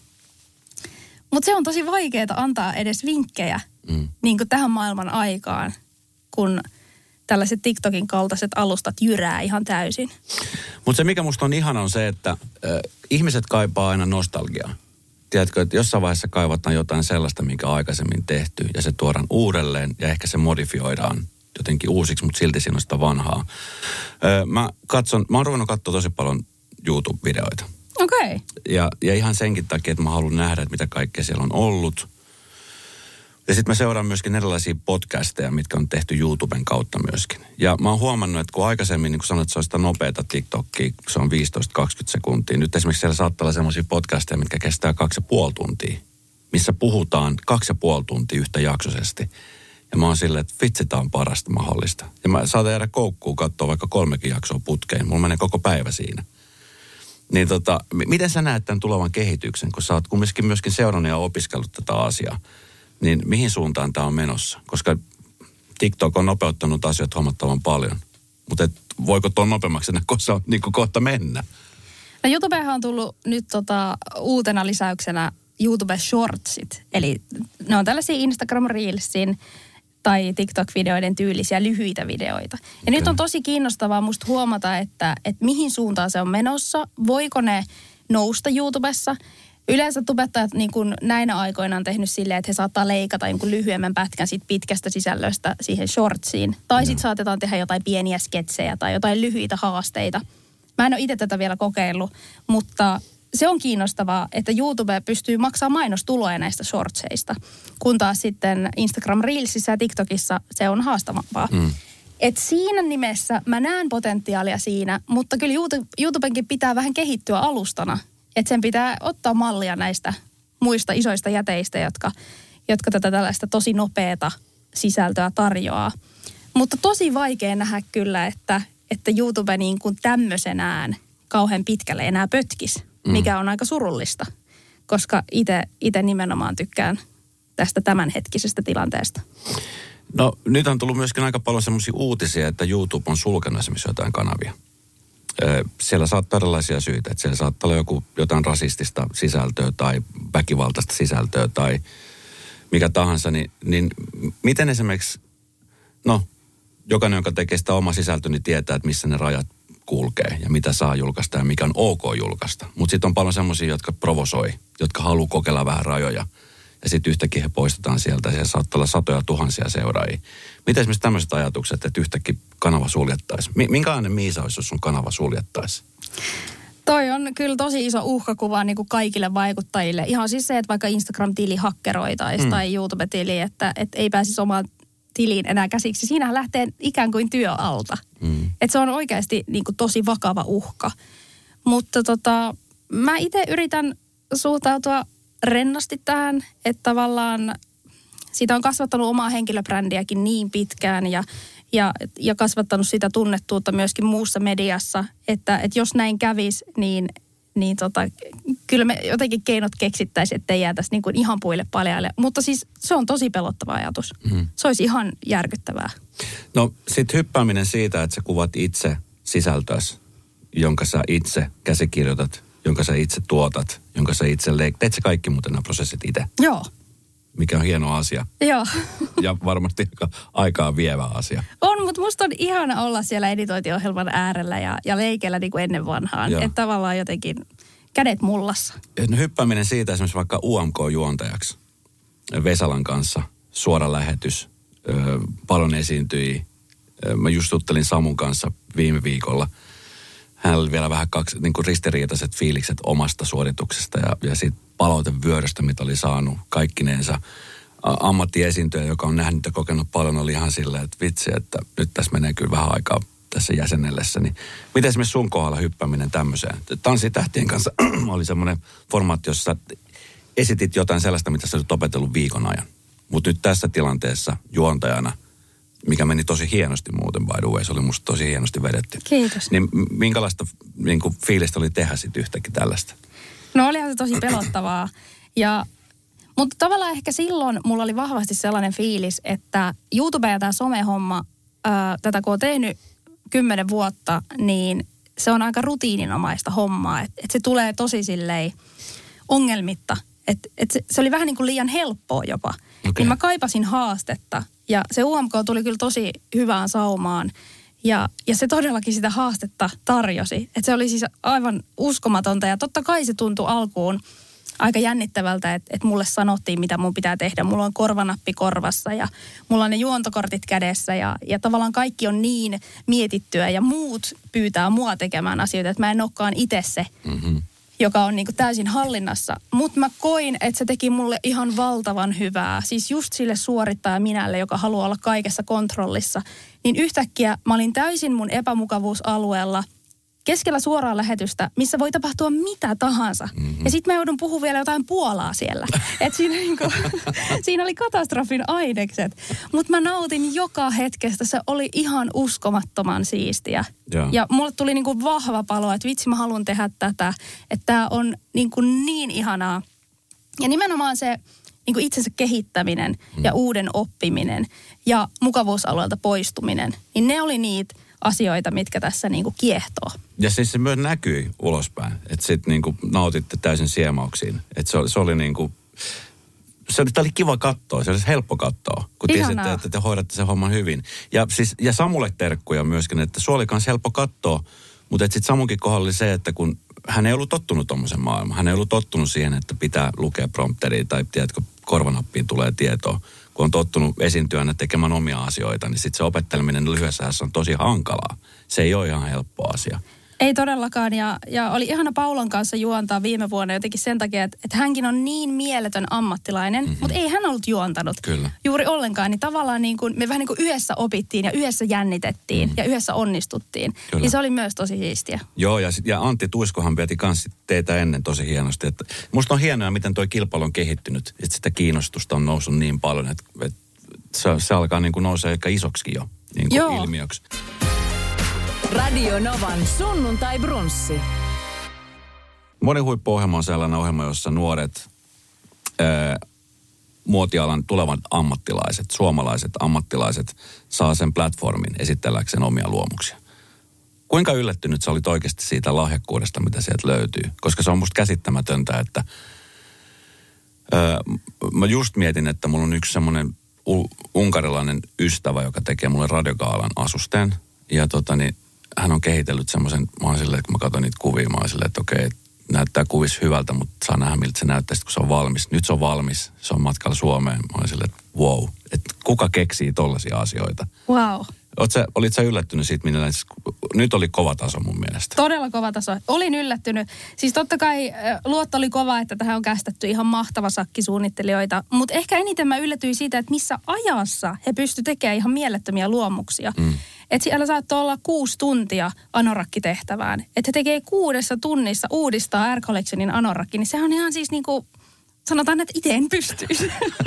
se on tosi vaikeaa antaa edes vinkkejä niin kuin tähän maailman aikaan, kun tällaiset TikTokin kaltaiset alustat jyrää ihan täysin. Mutta se, mikä musta on ihana, on se, että ihmiset kaipaa aina nostalgiaa. Tiedätkö, että jossain vaiheessa kaivataan jotain sellaista, minkä on aikaisemmin tehty, ja se tuodaan uudelleen, ja ehkä se modifioidaan jotenkin uusiksi, mutta silti siinä on sitä vanhaa. Mä oon ruvennut katsoa tosi paljon YouTube-videoita. Okei. Ja ihan senkin takia, että mä haluan nähdä, että mitä kaikkea siellä on ollut. Ja sitten mä seuraan myöskin erilaisia podcasteja, mitkä on tehty YouTuben kautta myöskin. Ja mä oon huomannut, että kun aikaisemmin, niin kun sanoit, että se on sitä nopeata TikTokia, se on 15-20 sekuntia. Nyt esimerkiksi siellä saattaa olla sellaisia podcasteja, mitkä kestää 2,5 tuntia, missä puhutaan 2,5 tuntia yhtäjaksoisesti. Ja mä oon silleen, että vitsi, tää on parasta mahdollista. Ja mä saatan jäädä koukkuun katsoa vaikka 3 jaksoa putkeen. Mulla menee koko päivä siinä. Niin miten sä näet tämän tulevan kehityksen, kun sä oot kumminkin myöskin seurannut ja opiskellut tätä asiaa? Niin mihin suuntaan tämä on menossa? Koska TikTok on nopeuttanut asioita huomattavan paljon. Mutta voiko tuon nopeammaksi niin kohta mennä? No YouTubehan on tullut nyt uutena lisäyksenä YouTube Shortsit. Eli ne on tällaisia Instagram Reelsin tai TikTok-videoiden tyylisiä lyhyitä videoita. Ja nyt on tosi kiinnostavaa musta huomata, että mihin suuntaan se on menossa. Voiko ne nousta YouTubessa? Yleensä tubettajat niin kuin näinä aikoina on tehnyt silleen, että he saattaa leikata jonkun lyhyemmän pätkän siitä pitkästä sisällöstä siihen shortsiin. Tai sitten saatetaan tehdä jotain pieniä sketsejä tai jotain lyhyitä haasteita. Mä en ole itse tätä vielä kokeillut, mutta se on kiinnostavaa, että YouTube pystyy maksamaan mainostuloja näistä shortseista, kun taas sitten Instagram Reelsissä ja TikTokissa se on haastavampaa. Et siinä nimessä mä näen potentiaalia siinä, mutta kyllä YouTubenkin pitää vähän kehittyä alustana. Että sen pitää ottaa mallia näistä muista isoista jäteistä, jotka tätä tällaista tosi nopeata sisältöä tarjoaa. Mutta tosi vaikea nähdä kyllä, että YouTube niin kuin tämmöisenään kauhean pitkälle enää pötkis, mikä on aika surullista, koska itse nimenomaan tykkään tästä tämänhetkisestä tilanteesta. No nyt on tullut myöskin aika paljon semmoisia uutisia, että YouTube on sulkenut esimerkiksi jotain kanavia. Siellä saattaa olla erilaisia syitä, että siellä saattaa olla jotain rasistista sisältöä tai väkivaltaista sisältöä tai mikä tahansa, niin miten esimerkiksi, jokainen, joka tekee sitä oma sisältöä, niin tietää, että missä ne rajat kulkee ja mitä saa julkaista ja mikä on ok julkaista. Mutta sitten on paljon semmoisia, jotka provosoi, jotka haluaa kokeilla vähän rajoja. Ja sitten yhtäkkiä he poistetaan sieltä ja siellä saattaa olla satoja tuhansia seuraajia. Miten esimerkiksi tämmöiset ajatukset, että yhtäkkiä kanava suljettaisiin? Minkälainen Miisa olisi, jos sun kanava suljettaisiin? Toi on kyllä tosi iso uhkakuva niin kuin kaikille vaikuttajille. Ihan siis se, että vaikka Instagram-tili hakkeroitaisiin tai YouTube-tili, että ei pääsisi omaan tiliin enää käsiksi. Siinähän lähtee ikään kuin työ alta. Että se on oikeasti niin kuin tosi vakava uhka. Mutta mä itse yritän suhtautua rennosti tähän, että tavallaan siitä on kasvattanut omaa henkilöbrändiäkin niin pitkään ja kasvattanut sitä tunnettuutta myöskin muussa mediassa, että jos näin kävisi, niin kyllä me jotenkin keinot keksittäisiin, ettei jäätäisi niin kuin ihan puille paljaille. Mutta siis se on tosi pelottava ajatus. Se olisi ihan järkyttävää. No sit hyppääminen siitä, että sä kuvat itse sisältöäsi, jonka sä itse käsikirjoitat, jonka sä itse tuotat, jonka sä itse teet sä kaikki muuten nämä prosessit itse. Joo. Mikä on hieno asia. Joo. Ja varmasti aikaa vievä asia. On, mutta musta on ihana olla siellä editointiohjelman äärellä ja leikellä niin kuin ennen vanhaan. Että tavallaan jotenkin kädet mullassa. No hyppääminen siitä esimerkiksi vaikka UMK-juontajaksi Vesalan kanssa, suora lähetys, paljon esiintyi. Mä just juttelin Samun kanssa viime viikolla. Hänellä oli vielä vähän niin kuin ristiriitaiset fiilikset omasta suorituksesta ja siitä palautevyörystä, mitä oli saanut kaikkineensa. Ammattiesiintyjä, joka on nähnyt ja kokenut paljon, oli ihan silleen, että vitsi, että nyt tässä menee kyllä vähän aikaa tässä jäsenellessä. Niin miten esimerkiksi sun kohdalla hyppääminen tämmöiseen? Tanssitähtien kanssa oli semmoinen formaatti, jossa esitit jotain sellaista, mitä sä olet opetellut viikon ajan. Mutta nyt tässä tilanteessa juontajana, mikä meni tosi hienosti muuten, by the way, se oli musta tosi hienosti vedetty. Kiitos. Niin minkälaista niin kuin fiilistä oli tehdä sitten yhtäkkiä tällaista? No olihan se tosi pelottavaa. Mutta tavallaan ehkä silloin mulla oli vahvasti sellainen fiilis, että YouTube ja tämä somehomma, tätä kun on tehnyt 10 vuotta, niin se on aika rutiininomaista hommaa. Että se tulee tosi silleen ongelmitta. Että se oli vähän niin kuin liian helppoa jopa. Okay. Niin mä kaipasin haastetta ja se UMK tuli kyllä tosi hyvään saumaan. Ja se todellakin sitä haastetta tarjosi. Että se oli siis aivan uskomatonta ja totta kai se tuntui alkuun aika jännittävältä, että mulle sanottiin, mitä mun pitää tehdä. Mulla on korvanappi korvassa ja mulla on ne juontokortit kädessä ja tavallaan kaikki on niin mietittyä ja muut pyytää mua tekemään asioita, että mä en olekaan itse se, joka on niinku täysin hallinnassa. Mutta mä koin, että se teki mulle ihan valtavan hyvää. Siis just sille suorittajaminälle, joka haluaa olla kaikessa kontrollissa. Niin yhtäkkiä mä olin täysin mun epämukavuusalueella keskellä suoraa lähetystä, missä voi tapahtua mitä tahansa. Ja sitten mä joudun puhumaan vielä jotain Puolaa siellä. Että siinä oli katastrofin ainekset. Mutta mä nautin joka hetkestä. Se oli ihan uskomattoman siistiä. Ja mulle tuli niinku vahva palo, että vitsi mä haluan tehdä tätä. Että tää on niin ihanaa. Ja nimenomaan se niinku itsensä kehittäminen ja uuden oppiminen ja mukavuusalueelta poistuminen. Niin ne oli niitä asioita, mitkä tässä niinku kiehtoo. Ja siis se myös näkyi ulospäin, että sitten niinku nautitte täysin siemauksiin. Että se oli niinku, tämä oli kiva katsoa, se oli helppo katsoa, kun tiesitte, että te hoidatte sen homman hyvin. Ja Samulle terkkuja myöskin, että se oli myös helppo katsoa, mutta sitten Samunkin kohdalla oli se, että kun hän ei ollut tottunut tommoisen maailmaan, hän ei ollut tottunut siihen, että pitää lukea prompteria tai tiedätkö, korvanappiin tulee tietoa. Kun on tottunut esiintyjänä tekemään omia asioita, niin sitten se opetteleminen lyhyessä ajassa on tosi hankalaa. Se ei ole ihan helppo asia. Ei todellakaan, ja oli ihana Paulan kanssa juontaa viime vuonna jotenkin sen takia, että hänkin on niin mieletön ammattilainen, mutta ei hän ollut juontanut juuri ollenkaan. Niin tavallaan niin kuin, me vähän niin kuin yhdessä opittiin ja yhdessä jännitettiin ja yhdessä onnistuttiin. Niin se oli myös tosi siistiä. Joo, ja Antti Tuiskohan veti kanssa teitä ennen tosi hienosti. Että musta on hienoa, miten toi kilpailu on kehittynyt. Että sitä kiinnostusta on noussut niin paljon, että se alkaa niin kuin nousee ehkä isoksikin jo. niin kuin ilmiöksi. Radio Novan sunnuntai-brunssi. Monihuippu-ohjelma on sellainen ohjelma, jossa nuoret muotialan tulevat ammattilaiset, suomalaiset ammattilaiset saa sen platformin esitelläkseen omia luomuksia. Kuinka yllättynyt sä olit oikeasti siitä lahjakkuudesta, mitä sieltä löytyy? Koska se on musta käsittämätöntä, että mä just mietin, että mulla on yksi semmoinen unkarilainen ystävä, joka tekee mulle radiokaalan asusteen. Ja hän on kehitellyt semmoisen, mä oon silleen, kun mä katson niitä kuvia, mä oon silleen, että okei, näyttää kuvissa hyvältä, mutta saa nähdä, miltä se näyttää sitten, kun se on valmis. Nyt se on valmis, se on matkalla Suomeen. Mä oon silleen, että wow, että kuka keksii tollaisia asioita? Wow. Olit sä yllättynyt siitä, nyt oli kova taso mun mielestä. Todella kova taso. Olin yllättynyt. Siis totta kai luotto oli kova, että tähän on kästetty ihan mahtava sakki suunnittelijoita. Mutta ehkä eniten mä yllätyin siitä, että missä ajassa he pysty tekemään ihan mielettömiä luomuksia. Että siellä saattoi olla 6 tuntia anorakkitehtävään. Että he tekee 6 tunnissa uudistaa Air Collectionin anorakki. Niin sehän on ihan siis niinku, sanotaan, että itse en pystyisi.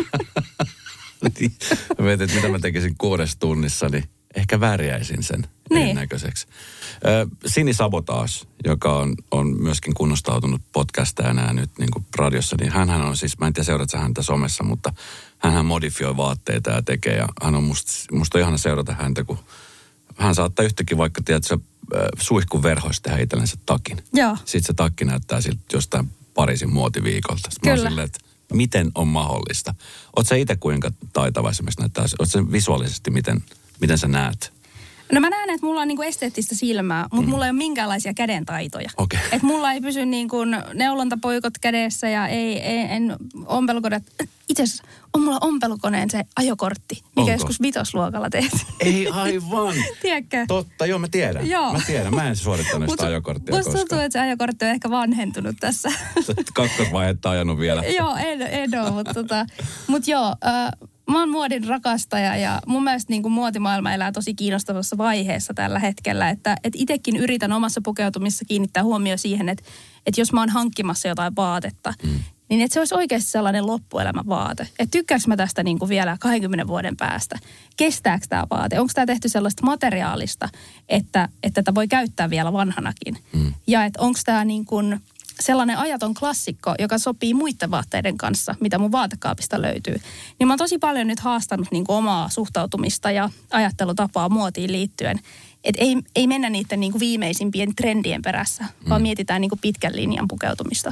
Mä mietin, että mitä mä tekisin 6 tunnissa, niin ehkä värjäisin sen erinäköiseksi. Sini Sabotage, joka on myöskin kunnostautunut podcastajana nyt niin kuin radiossa, niin hänhän on siis, mä en tiedä seuratko häntä somessa, mutta hänhän modifioi vaatteita ja tekee. Ja hän on musta ihana seurata häntä, kun hän saattaa yhtäkkiä vaikka, tiedätkö, suihkun verhoista tehdä itsellensä takin. Joo. Sitten se takki näyttää siltä jostain Pariisin muotiviikolta. Sitten mä oon silleen, että miten on mahdollista? Oot sä itse kuinka taitava esimerkiksi näyttää? Oot sä visuaalisesti, miten sä näet? No mä näen, että mulla on niinku esteettistä silmää, mutta mulla ei ole minkäänlaisia kädentaitoja. Okay. Että mulla ei pysy niinku neulontapoikot kädessä ja en ompelukoneet. Itse asiassa on mulla ompelukoneen se ajokortti, mikä joskus 5. tehtiin. Ei aivan. Tiedätkö? Totta, joo mä tiedän. Joo. Mä tiedän, mä en suorittanut sitä ajokorttia koskaan. Musta tuntuu, että se ajokortti on ehkä vanhentunut tässä. 2. ajanut vielä. Joo, en ole, mutta joo, mä oon muodin rakastaja ja mun mielestä niin kuin muotimaailma elää tosi kiinnostavassa vaiheessa tällä hetkellä, että itsekin yritän omassa pukeutumisessa kiinnittää huomioon siihen, että jos mä oon hankkimassa jotain vaatetta, niin että se olisi oikeasti sellainen loppuelämän vaate. Että tykkääkö mä tästä niin kuin vielä 20 vuoden päästä? Kestääkö tämä vaate? Onko tämä tehty sellaista materiaalista, että tätä voi käyttää vielä vanhanakin? Ja että onko tämä niin kuin sellainen ajaton klassikko, joka sopii muiden vaatteiden kanssa, mitä mun vaatekaapista löytyy. Niin mä oon tosi paljon nyt haastanut niin kuin omaa suhtautumista ja ajattelutapaa muotiin liittyen. Että ei mennä niiden niin kuin viimeisimpien trendien perässä, vaan mietitään niin kuin pitkän linjan pukeutumista.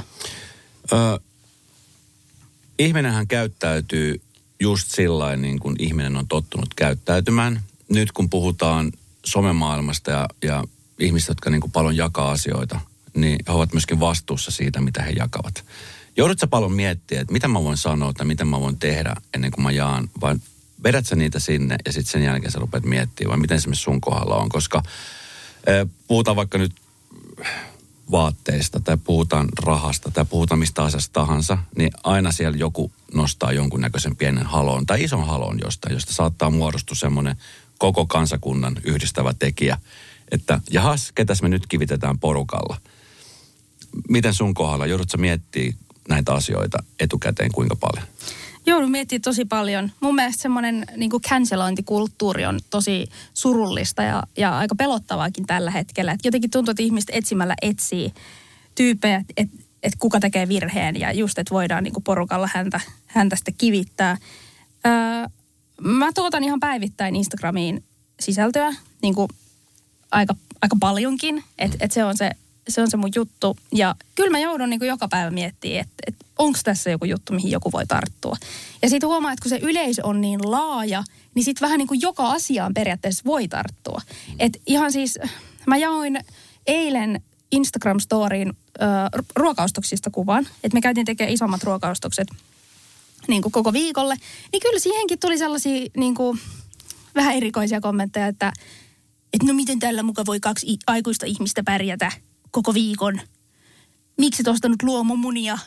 Ihminenhän käyttäytyy just sillain, niin kuin ihminen on tottunut käyttäytymään. Nyt kun puhutaan somemaailmasta ja ihmistä, jotka niin kuin paljon jakaa asioita, niin he ovat myöskin vastuussa siitä, mitä he jakavat. Joudut sä paljon miettiä, että mitä mä voin sanoa tai mitä mä voin tehdä ennen kuin mä jaan, vai vedät sä niitä sinne ja sitten sen jälkeen sä rupeat miettimään, vai miten esimerkiksi sun kohdalla on, koska puhutaan vaikka nyt vaatteista tai puhutaan rahasta tai puhutaan mistä asiasta tahansa, niin aina siellä joku nostaa jonkunnäköisen pienen halon tai ison halon jostain, josta saattaa muodostua semmoinen koko kansakunnan yhdistävä tekijä, että jahas, ketäs me nyt kivitetään porukalla. Miten sun kohdalla? Joudutko sä miettimään näitä asioita etukäteen kuinka paljon? Joudun miettimään tosi paljon. Mun mielestä semmoinen niin kuin cancelointikulttuuri on tosi surullista ja aika pelottavaakin tällä hetkellä. Et jotenkin tuntuu, että ihmiset etsimällä etsii tyyppejä, että kuka tekee virheen ja just, että voidaan niin kuin porukalla häntä sitten kivittää. Mä tuotan ihan päivittäin Instagramiin sisältöä, niin kuin aika paljonkin, että se on se mun juttu. Ja kyllä mä joudun niin kuin joka päivä miettimään, että onko tässä joku juttu, mihin joku voi tarttua. Ja sitten huomaa, että kun se yleisö on niin laaja, niin sitten vähän niin kuin joka asiaan periaatteessa voi tarttua. Että ihan siis, mä jaoin eilen Instagram-storiin ruokaostoksista kuvan, että me käytiin tekemään isommat ruokaostokset niin kuin koko viikolle. Niin kyllä siihenkin tuli sellaisia niin kuin vähän erikoisia kommentteja, että no miten tällä muka voi 2 aikuista ihmistä pärjätä koko viikon? Miksi et ostanut luomumunia?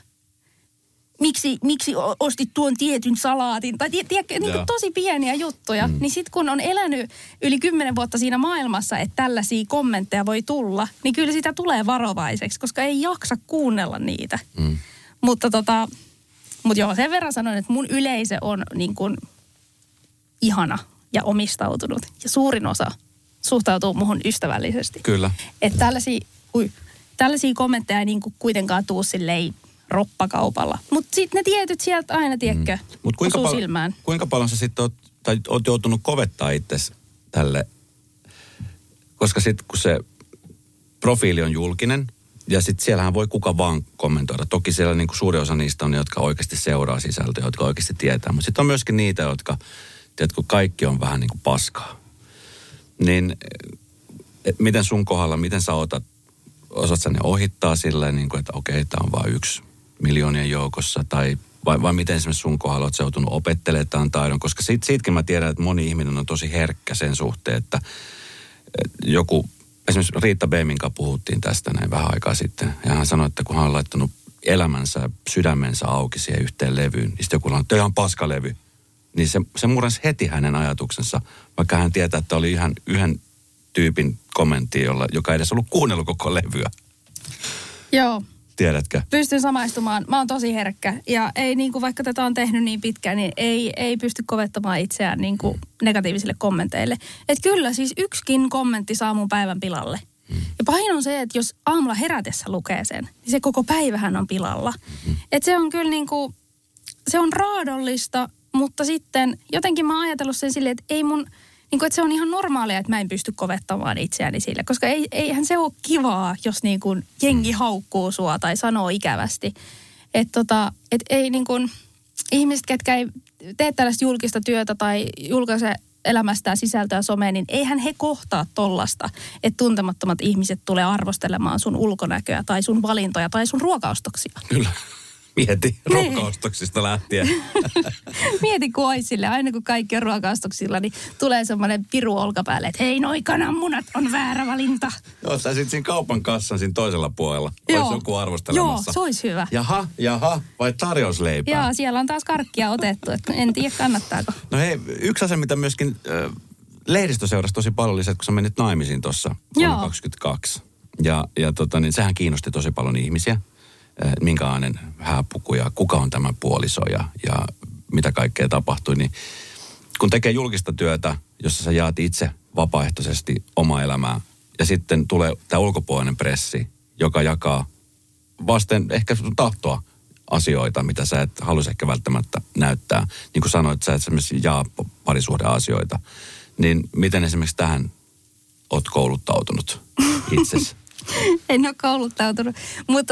Miksi ostit tuon tietyn salaatin? Tai tiedätkö, niin kuin tosi pieniä juttuja. Niin sitten kun on elänyt yli 10 vuotta siinä maailmassa, että tällaisia kommentteja voi tulla, niin kyllä sitä tulee varovaiseksi, koska ei jaksa kuunnella niitä. Mutta joo, sen verran sanon, että mun yleisö on niin kuin ihana. ja omistautunut. Ja suurin osa suhtautuu muhun ystävällisesti. Kyllä. Että tällaisia kommentteja ei niinku kuitenkaan tuu silleen roppakaupalla. Mutta sitten ne tietyt sieltä aina, tiedätkö, osuu silmään. Kuinka paljon sä sitten oot joutunut kovettaa itsesi tälle? Koska sitten kun se profiili on julkinen, ja sitten siellähän voi kuka vaan kommentoida. Toki siellä niinku suuri osa niistä on ne, jotka oikeasti seuraa sisältöä, jotka oikeasti tietää. Mutta sitten on myöskin niitä, jotka, tiedätkö, kaikki on vähän niin kuin paskaa. Niin miten sun kohdalla, miten sä osaat sä ne ohittaa silleen, niin kuin, että okei, tämä on vain 1 miljoonien joukossa, tai vai miten esimerkiksi sun kohdalla oot sä joutunut opettelemaan tämän taidon, koska siitäkin mä tiedän, että moni ihminen on tosi herkkä sen suhteen, että joku, esimerkiksi Riitta Beemin kanssa puhuttiin tästä näin vähän aikaa sitten, ja hän sanoi, että kun hän on laittanut elämänsä, sydämensä auki siihen yhteen levyyn, niin sitten joku on, että ihan paskalevy, niin se murrensi heti hänen ajatuksensa, vaikka hän tietää, että oli ihan yhden tyypin kommentti, joka ei edes ollut kuunnellut koko levyä. Joo. Tiedätkö? Pystyn samaistumaan. Mä oon tosi herkkä. Ja ei niinku, vaikka tätä on tehnyt niin pitkään, niin ei pysty kovettamaan itseään niinku negatiivisille kommenteille. Että kyllä, siis yksikin kommentti saa mun päivän pilalle. Ja pahin on se, että jos aamulla herätessä lukee sen, niin se koko päivähän on pilalla. Että se on kyllä niinku, se on raadollista, mutta sitten jotenkin mä oon ajatellut sen silleen, että ei mun, niin kuin, että se on ihan normaalia, että mä en pysty kovettamaan itseäni sille. Koska eihän se ole kivaa, jos niin kuin jengi haukkuu sua tai sanoo ikävästi. Että et ei niin kuin, ihmiset, ketkä ei tee tällaista julkista työtä tai julkaise elämästään sisältöä someen, niin eihän he kohtaa tollasta, että tuntemattomat ihmiset tulee arvostelemaan sun ulkonäköä tai sun valintoja tai sun ruokaostoksia. Kyllä. Mieti ruokaostoksista lähtien. Mieti, kun ois sille. Aina kun kaikki on ruokaostoksilla, niin tulee semmoinen piru olkapäälle, että hei, noi kananmunat on väärä valinta. Joo, sä sit siinä kaupan kassan siinä toisella puolella. Olisi joku arvostelemassa. Joo, se olisi hyvä. Jaha, vai tarjousleipää? Joo, siellä on taas karkkia otettu, että en tiedä kannattaako. No hei, yksi asia, mitä myöskin lehdistö seurasi tosi paljon lisää, kun sä menit naimisiin tuossa vuonna 2022. Niin sehän kiinnosti tosi paljon ihmisiä. Minkälainen hääpuku ja kuka on tämä puoliso ja mitä kaikkea tapahtui. Niin kun tekee julkista työtä, jossa sä jaat itse vapaaehtoisesti omaa elämää ja sitten tulee tämä ulkopuolinen pressi, joka jakaa vasten ehkä sun tahtoa asioita, mitä sä et haluaisi ehkä välttämättä näyttää. Niin kuin sanoit, sä et esimerkiksi jaa parisuhdeasioita. Niin miten esimerkiksi tähän oot kouluttautunut itsesi? En ole kouluttautunut, mutta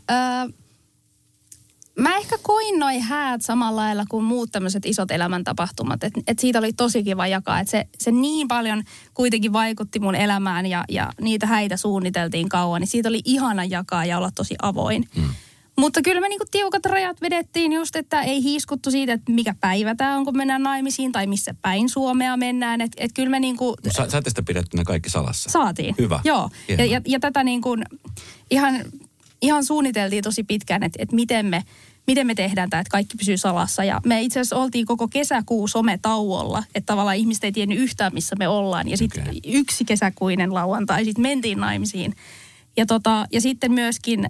mä ehkä koin noi häät samalla lailla kuin muut tämmöiset isot elämäntapahtumat. Et siitä oli tosi kiva jakaa, että se niin paljon kuitenkin vaikutti mun elämään ja niitä häitä suunniteltiin kauan, niin siitä oli ihana jakaa ja olla tosi avoin. Mutta kyllä me niinku tiukat rajat vedettiin just, että ei hiiskuttu siitä, että mikä päivä tämä on, kun mennään naimisiin tai missä päin Suomea mennään. Että kyllä me niinku... Sä ette sitä pidetty ne kaikki salassa? Saatiin. Hyvä. Joo. Ja tätä niinku ihan suunniteltiin tosi pitkään, että miten me tehdään tämä, että kaikki pysyy salassa. Ja me itse asiassa oltiin koko kesäkuu sometauolla, että tavallaan ihmiset ei tiennyt yhtään, missä me ollaan. Ja sitten yksi kesäkuinen lauantai, sitten mentiin naimisiin. Ja sitten myöskin...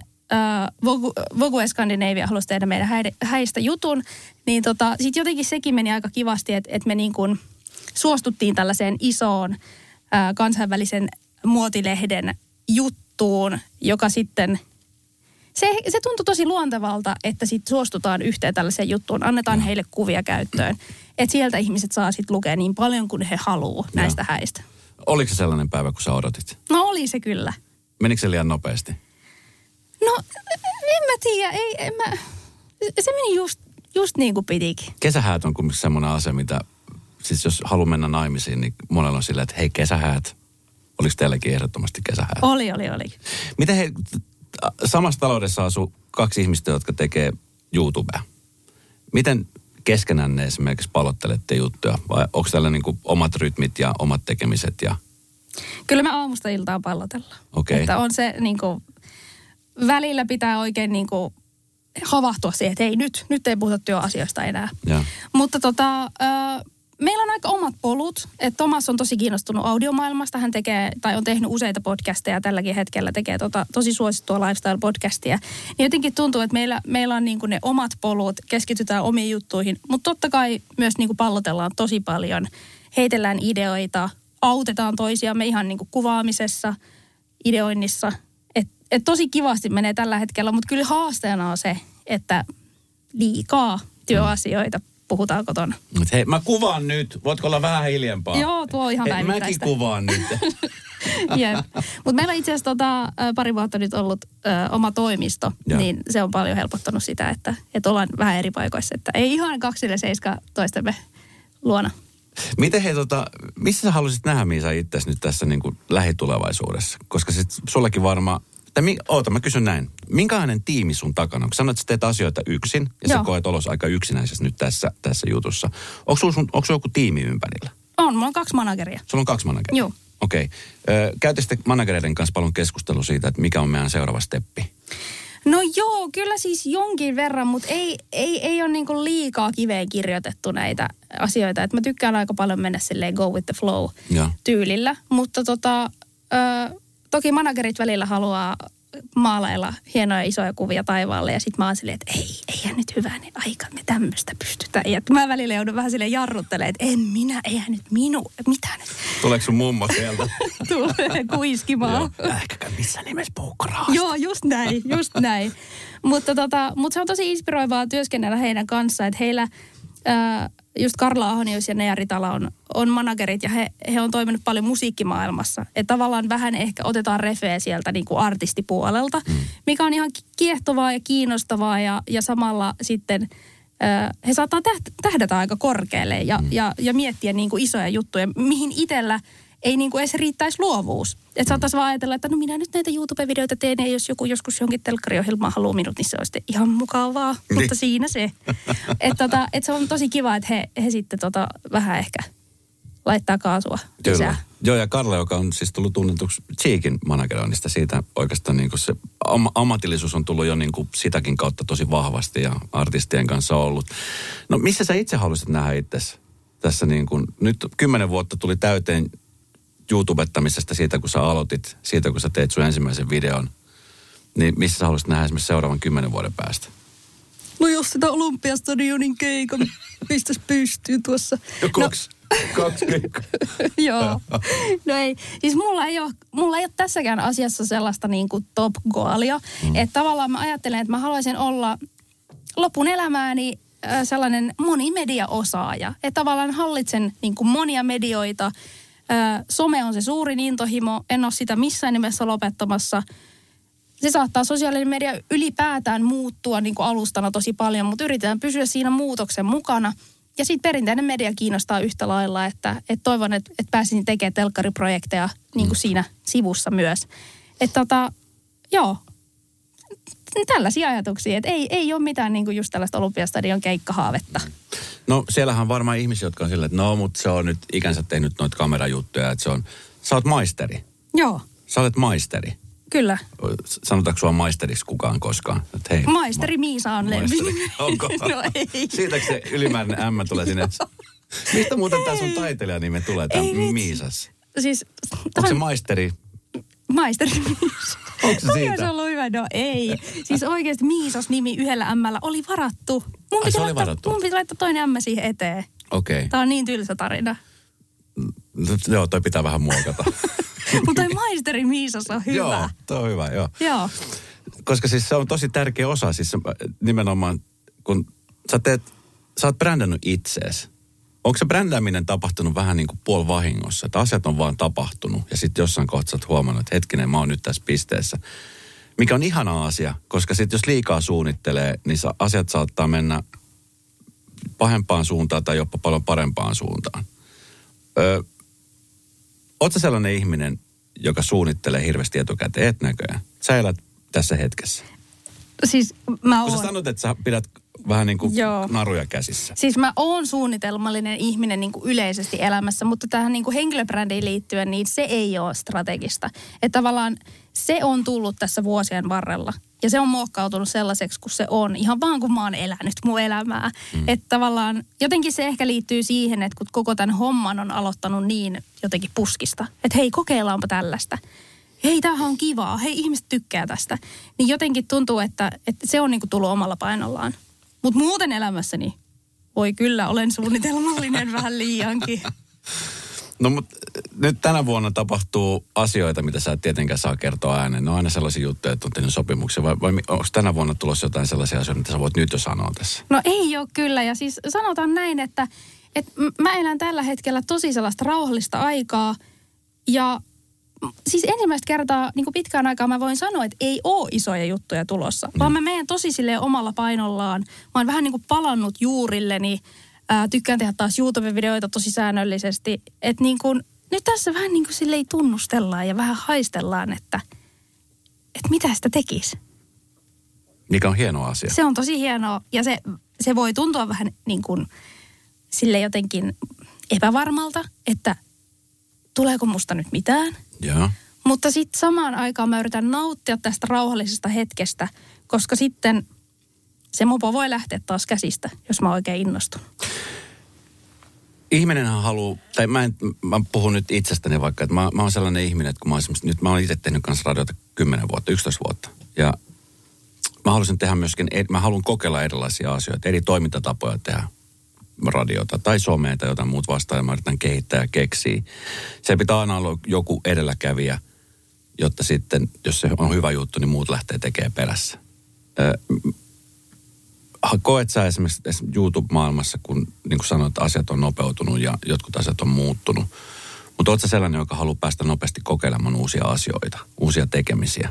Vogue Scandinavia halusi tehdä meidän häistä jutun, niin sitten jotenkin sekin meni aika kivasti, että me niin kuin suostuttiin tällaiseen isoon kansainvälisen muotilehden juttuun, joka sitten, se tuntui tosi luontevalta, että sitten suostutaan yhteen tällaiseen juttuun, annetaan heille kuvia käyttöön, että sieltä ihmiset saa sitten lukea niin paljon kuin he haluaa näistä häistä. Oliko se sellainen päivä, kun sä odotit? No oli se kyllä. Menikö se liian nopeasti? No, en mä tiedä. Se meni just niin kuin pitikin. Kesähäät on kuitenkin semmoinen asia, mitä, siis jos haluaa mennä naimisiin, niin monella on silleen, että hei, kesähäät. Oliko teilläkin ehdottomasti kesähäät? Oli. Miten samassa taloudessa asuu 2 ihmistä, jotka tekee YouTubea. Miten keskenään ne esimerkiksi palottelette juttuja? Vai onko täällä niinku omat rytmit ja omat tekemiset? Kyllä me aamusta iltaan pallotellaan. Okei. Että on se niinku... Välillä pitää oikein niinku havahtua siihen, että hei nyt ei puhuta työasioista enää. Ja. Mutta meillä on aika omat polut. Että Tomas on tosi kiinnostunut audiomaailmasta. Hän tekee, tai on tehnyt useita podcasteja tälläkin hetkellä, tekee tosi suosittua lifestyle-podcastia. Niin jotenkin tuntuu, että meillä on niinku ne omat polut, keskitytään omiin juttuihin. Mutta totta kai myös niinku pallotellaan tosi paljon heitellään ideoita, autetaan toisiamme ihan niin kuin kuvaamisessa, ideoinnissa. Et tosi kivasti menee tällä hetkellä, mutta kyllä haasteena on se, että liikaa työasioita puhutaan kotona. Hei, mä kuvaan nyt. Voitko olla vähän hiljempaa? Joo, tuo on ihan päivittäistä. Mäkin kuvaan nyt. Mutta meillä on itse asiassa pari vuotta nyt ollut oma toimisto, niin se on paljon helpottanut sitä, että ollaan vähän eri paikoissa. Että ei ihan 247 toistemme luona. Miten missä sä haluaisit nähdä, Miisa, itsesi nyt tässä niin kuin lähitulevaisuudessa? Koska sit sullakin varmaan, mä kysyn näin. Minkälainen tiimi sun takana on? Kun sanoit, että sä teet asioita yksin ja sä koet olos aika yksinäisessä nyt tässä jutussa. Onko sulla joku tiimi ympärillä? On, mulla on 2 manageria. Sulla on 2 manageria? Joo. Okei. Käytte managereiden kanssa paljon keskustelua siitä, että mikä on meidän seuraava steppi? No joo, kyllä siis jonkin verran, mutta ei ole niinku liikaa kiveen kirjoitettu näitä asioita. Et mä tykkään aika paljon mennä silleen go with the flow tyylillä, mutta toki managerit välillä haluaa maalailla hienoja isoja kuvia taivaalle ja sit mä oon silleen, että eihän nyt hyvänen aika, me tämmöistä pystytään. Ja mä välillä joudun vähän silleen jarruttelemaan, että eihän nyt mitä nyt. Tuleeko sun mummo sieltä? Tulee kuiskimaan. Ähkäkään missään nimessä puukkoraasta. Joo, just näin. Mutta se on tosi inspiroivaa työskennellä heidän kanssaan, että heillä just Karla Ahonius ja Neija Ritala on managerit ja he on toiminut paljon musiikkimaailmassa. Että tavallaan vähän ehkä otetaan refeä sieltä niin kuin artistipuolelta, mikä on ihan kiehtovaa ja kiinnostavaa ja samalla sitten he saattaa tähdätä aika korkealle ja miettiä niin kuin isoja juttuja, mihin itsellä ei niin kuin edes riittäisi luovuus. Että saattaisi vaan ajatella, että no minä nyt näitä YouTube-videoita teen ja jos joku joskus johonkin telkkariohjelmaan haluaa minut, niin se olisi ihan mukavaa. Niin. Mutta siinä se. Että se on tosi kiva, että he sitten vähän ehkä laittaa kaasua lisää. Kyllä. Joo, ja Karla, joka on siis tullut tunnetuksi Cheekin manageroinnista, siitä oikeastaan niin kuin se ammatillisuus on tullut jo niin kuin sitäkin kautta tosi vahvasti ja artistien kanssa ollut. No missä sä itse haluaisit nähdä itsesi tässä niin kuin, nyt 10 vuotta tuli täyteen YouTubettamisesta siitä, kun sä aloitit, siitä, kun sä teit sun ensimmäisen videon, niin missä sä haluaisit nähdä esimerkiksi seuraavan 10 vuoden päästä? No jos sitä Olympiastadionin keikan pistäisi pystyyn tuossa. Kaksi keikkaa. Joo. No ei. Siis mulla ei ole tässäkään asiassa sellaista niin kuin top-goalia. Että tavallaan mä ajattelen, että mä haluaisin olla lopun elämääni sellainen monimediaosaaja. Että tavallaan hallitsen niin kuin monia medioita. Some on se suurin intohimo. En ole sitä missään nimessä lopettamassa. Se saattaa sosiaalinen media ylipäätään muuttua niin kuin alustana tosi paljon, mutta yritetään pysyä siinä muutoksen mukana. Ja sitten perinteinen media kiinnostaa yhtä lailla, että toivon, että pääsin tekemään telkkariprojekteja niin kuin siinä sivussa myös. Että joo, tällaisia ajatuksia, että ei ole mitään niin kuin just tällaista Olympiastadion keikkahaavetta. No siellähän on varmaan ihmisiä, jotka on silleen, että no, mutta se on nyt ikänsä tehnyt noita kamerajuttuja, että sä oot maisteri. Joo. Sä olet maisteri. Kyllä. Sanotaanko sua maisteriksi kukaan koskaan? Että hei, maisteri Miisa on lempi. Onko? No ei. Siitäkö se ylimääräinen M tulee sinne? Mistä muuten tää sun taiteilijanime tulee, tää Miisas? Siis, onko se maisteri? Maisteri Miisa. Onko se siitä? Se on ollut hyvä. No ei. Siis oikeasti Miisas-nimi yhdellä M:llä oli varattu. Mun piti laittaa toinen M siihen eteen. Okei. Okay. Tää on niin tylsä tarina. Joo, toi pitää vähän muokata. Mutta toi maisteri Miisas on hyvä. Joo, toi on hyvä, joo. Joo. Koska siis se on tosi tärkeä osa, siis nimenomaan kun sä oot brändännyt itseesi. Onko se brändääminen tapahtunut vähän niin kuin puolivahingossa, että asiat on vaan tapahtunut ja sitten jossain kohtaa sä oot huomannut, että hetkinen, mä oon nyt tässä pisteessä. Mikä on ihana asia, koska sitten jos liikaa suunnittelee, niin asiat saattaa mennä pahempaan suuntaan tai jopa paljon parempaan suuntaan. Ootko sellainen ihminen, joka suunnittelee hirveästi etukäteen? Et näköjään. Sä elät tässä hetkessä. Siis mä oon. Kun sä sanot, että sä pidät vähän niin kuin naruja käsissä. Siis mä oon suunnitelmallinen ihminen niin kuin yleisesti elämässä, mutta tähän niin kuin henkilöbrändiin liittyen, niin se ei ole strategista. Että tavallaan se on tullut tässä vuosien varrella. Ja se on muokkautunut sellaiseksi, kun se on. Ihan vaan kun mä oon elänyt mun elämää. Että tavallaan jotenkin se ehkä liittyy siihen, että kun koko tämän homman on aloittanut niin jotenkin puskista. Että hei, kokeillaanpa tällaista. Hei, tämähän on kivaa. Hei, ihmiset tykkää tästä. Niin jotenkin tuntuu, että se on niinku tullut omalla painollaan. Mutta muuten elämässäni, voi kyllä, olen suunnitelmallinen vähän liiankin. No mutta nyt tänä vuonna tapahtuu asioita, mitä sä et tietenkään saa kertoa ääneen. Ne on aina sellaisia juttuja, että on tehnyt sopimuksia. Vai onko tänä vuonna tulossa jotain sellaisia asioita, mitä sä voit nyt jo sanoa tässä? No ei ole kyllä. Ja siis sanotaan näin, että mä elän tällä hetkellä tosi sellaista rauhallista aikaa. Ja siis ensimmäistä kertaa niin kuin pitkään aikaa mä voin sanoa, että ei ole isoja juttuja tulossa. Vaan mä menen tosi silleen omalla painollaan. Mä oon vähän niin kuin palannut juurilleni. Tykkään tehdä taas YouTube-videoita tosi säännöllisesti. Että niin kuin, nyt tässä vähän niin kuin silleen tunnustellaan ja vähän haistellaan, että mitä sitä tekisi. Mikä on hieno asia. Se on tosi hienoa ja se voi tuntua vähän niin kuin sille jotenkin epävarmalta, että tuleeko musta nyt mitään. Joo. Mutta sitten samaan aikaan mä yritän nauttia tästä rauhallisesta hetkestä, koska sitten se mopo voi lähteä taas käsistä, jos mä oikein innostun. Ihminenhän haluaa, tai mä puhun nyt itsestäni vaikka, että mä oon sellainen ihminen, että kun mä oon itse tehnyt kanssa radiota 10 vuotta, 11 vuotta. Ja mä haluaisin tehdä myöskin, mä haluan kokeilla erilaisia asioita, eri toimintatapoja tehdä radiota tai somea tai jotain muut vastaan, ja mä yritän kehittää ja keksiä. Se pitää aina olla joku edelläkävijä, jotta sitten, jos se on hyvä juttu, niin muut lähtee tekemään perässä. Koet sä esimerkiksi YouTube-maailmassa, kun niin kuin sanoit, asiat on nopeutunut ja jotkut asiat on muuttunut. Mutta oot sä sellainen, joka haluaa päästä nopeasti kokeilemaan uusia asioita, uusia tekemisiä?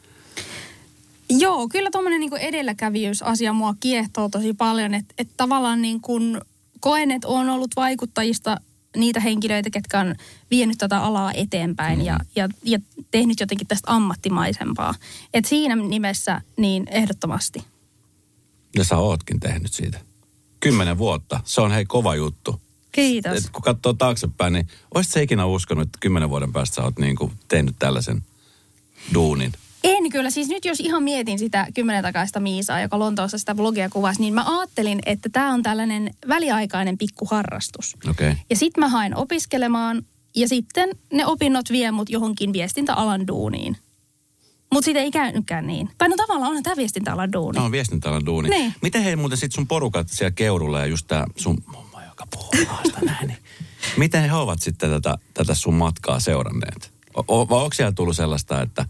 Joo, kyllä tuommoinen niin kuin edelläkävijyysasia mua kiehtoo tosi paljon. Että tavallaan niin kuin koen, että on ollut vaikuttajista niitä henkilöitä, ketkä on vienyt tätä alaa eteenpäin ja tehnyt jotenkin tästä ammattimaisempaa. Että siinä nimessä niin ehdottomasti. Ja sä ootkin tehnyt siitä. 10 vuotta. Se on kova juttu. Kiitos. Et kun katsoo taaksepäin, niin olisit sä ikinä uskonut, että 10 vuoden päästä sä oot niin kuin tehnyt tällaisen duunin? En kyllä. Siis nyt jos ihan mietin sitä 10 takaista Miisaa, joka Lontoossa sitä blogia kuvasi, niin mä ajattelin, että tämä on tällainen väliaikainen pikkuharrastus. Okay. Ja sitten mä hain opiskelemaan ja sitten ne opinnot vie mut johonkin viestintäalan duuniin. Mutta siitä ei käynytkään niin. Tai no tavallaan on tämä viestintäalan duuni. No on viestintäalan duuni. Niin. Miten hei muuten sit sun porukat siellä Keurulla ja just tää sun mummo, joka puhuu maasta näin, niin miten he ovat sitten tätä sun matkaa seuranneet? Vai onko siellä tullut sellaista, että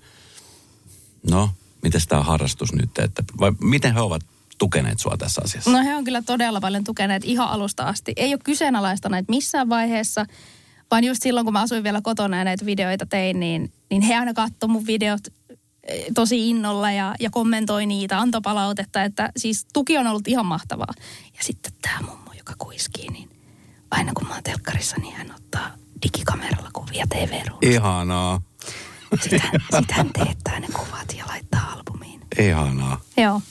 no, miten tämä harrastus nyt, vai miten he ovat tukeneet sua tässä asiassa? No he on kyllä todella paljon tukeneet ihan alusta asti. Ei ole kyseenalaistaneet missään vaiheessa, vaan just silloin, kun mä asuin vielä kotona ja näitä videoita tein, niin he aina katsoi mun videot tosi innolla ja kommentoi niitä, antoi palautetta, että siis tuki on ollut ihan mahtavaa. Ja sitten tämä mummo, joka kuiskii, niin aina kun mä oon telkkarissa, niin hän ottaa digikameralla kuvia TV-ruudusta. Ihanaa. Sitten hän teettää ne kuvat ja laittaa albumiin. Ihanaa. Joo.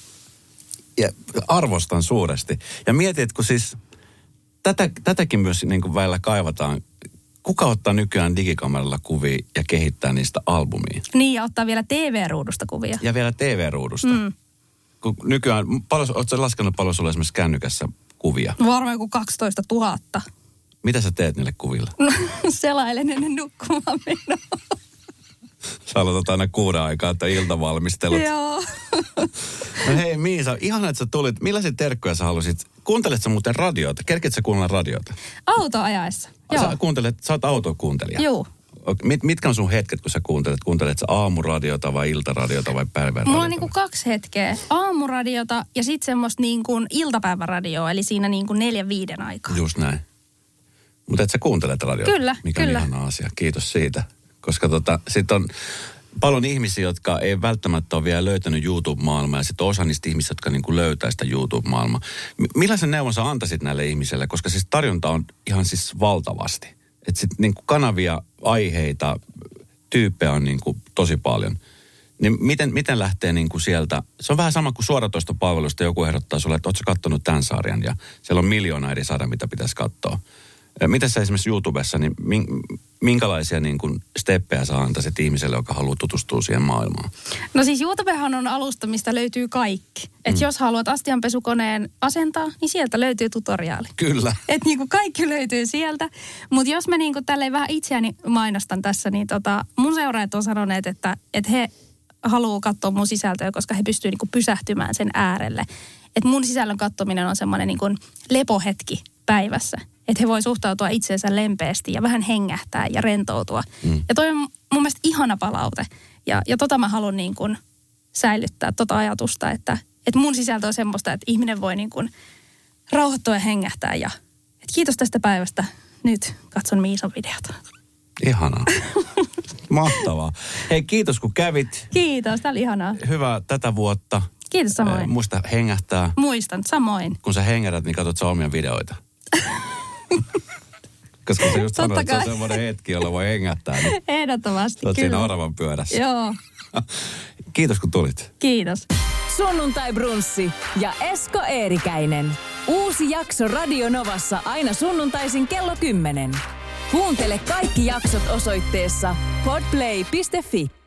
Ja arvostan suuresti. Ja mietit, kun siis tätäkin myös niin kuin välillä kaivataan. Kuka ottaa nykyään digikameralla kuvia ja kehittää niistä albumiin? Niin, ja ottaa vielä TV-ruudusta kuvia. Ja vielä TV-ruudusta. Kun nykyään, ootko laskenut paljon sulla esimerkiksi kännykässä kuvia? Varmaan joku 12 000. Mitä sä teet niille kuville? No, selailen ennen nukkumaan menoa. Sä aloitat aina 6 aikaa, että iltavalmistelut. Joo. No hei Miisa, ihana, että sä tulit. Millaisia terkkuja sä halusit? Kuuntelet sä muuten radiota? Kerkeet sä kuunnella radiota? Autoajaessa, joo. Sä oot autokuuntelija? Joo. Mitkä on sun hetket, kun sä kuuntelet? Kuuntelet sä aamuradiota vai iltaradiota vai päiväradiota? Mulla on niinku 2 hetkeä. Aamuradiota ja sitten semmoista niinku iltapäiväradioa, eli siinä niinku 4-5 aikaa. Just näin. Mutta et sä kuuntelet radiota? Kyllä, Mikä on ihana asia. Kiitos siitä. Koska sit on paljon ihmisiä, jotka ei välttämättä ole vielä löytänyt YouTube-maailmaa, ja sitten osa niistä ihmisistä, jotka niinku löytää sitä YouTube-maailmaa. Millaisen neuvon sä antaisit näille ihmisille? Koska siis tarjonta on ihan siis valtavasti. Että sitten niinku kanavia, aiheita, tyyppejä on niinku tosi paljon. Niin miten lähtee niinku sieltä? Se on vähän sama kuin suoratoistopalvelusta joku ehdottaa sulle, että ootko sä kattonut tämän sarjan, ja siellä on 1 miljoona eri sarjaa, mitä pitäisi katsoa. Miten sä esimerkiksi YouTubessa, niin minkälaisia niin kuin steppejä sä antaisit ihmiselle, joka haluaa tutustua siihen maailmaan? No siis YouTubehan on alusta, mistä löytyy kaikki. Että jos haluat astianpesukoneen asentaa, niin sieltä löytyy tutoriaali. Kyllä. Että niinku kaikki löytyy sieltä. Mutta jos mä niinku tälleen vähän itseäni mainostan tässä, niin mun seuraajat on sanoneet, että he haluaa katsoa mun sisältöä, koska he pystyvät niinku pysähtymään sen äärelle. Että mun sisällön katsominen on semmoinen niinku lepohetki päivässä. että he voi suhtautua itseensä lempeästi ja vähän hengähtää ja rentoutua. Ja toi on mun mielestä ihana palaute. Ja tota mä haluan niin kuin säilyttää tota ajatusta, että mun sisältö on semmoista, että ihminen voi niin kuin rauhoittua ja hengähtää ja että kiitos tästä päivästä. Nyt katson Miisan videota. Ihanaa. Mahtavaa. Hei, kiitos kun kävit. Kiitos, tää oli ihanaa. Hyvää tätä vuotta. Kiitos samoin. Muista hengähtää. Muistan, samoin. Kun sä hengätät, niin katsot sä omia videoita. Koska sä just sanoit, että se on semmoinen hetki, jolla voi hengähtää. Niin ehdottomasti, kyllä. Oot siinä oravan pyörässä. Joo. Kiitos kun tulit. Kiitos. Sunnuntai Brunssi ja Esko Eerikäinen. Uusi jakso Radio Novassa aina sunnuntaisin kello 10. Kuuntele kaikki jaksot osoitteessa podplay.fi.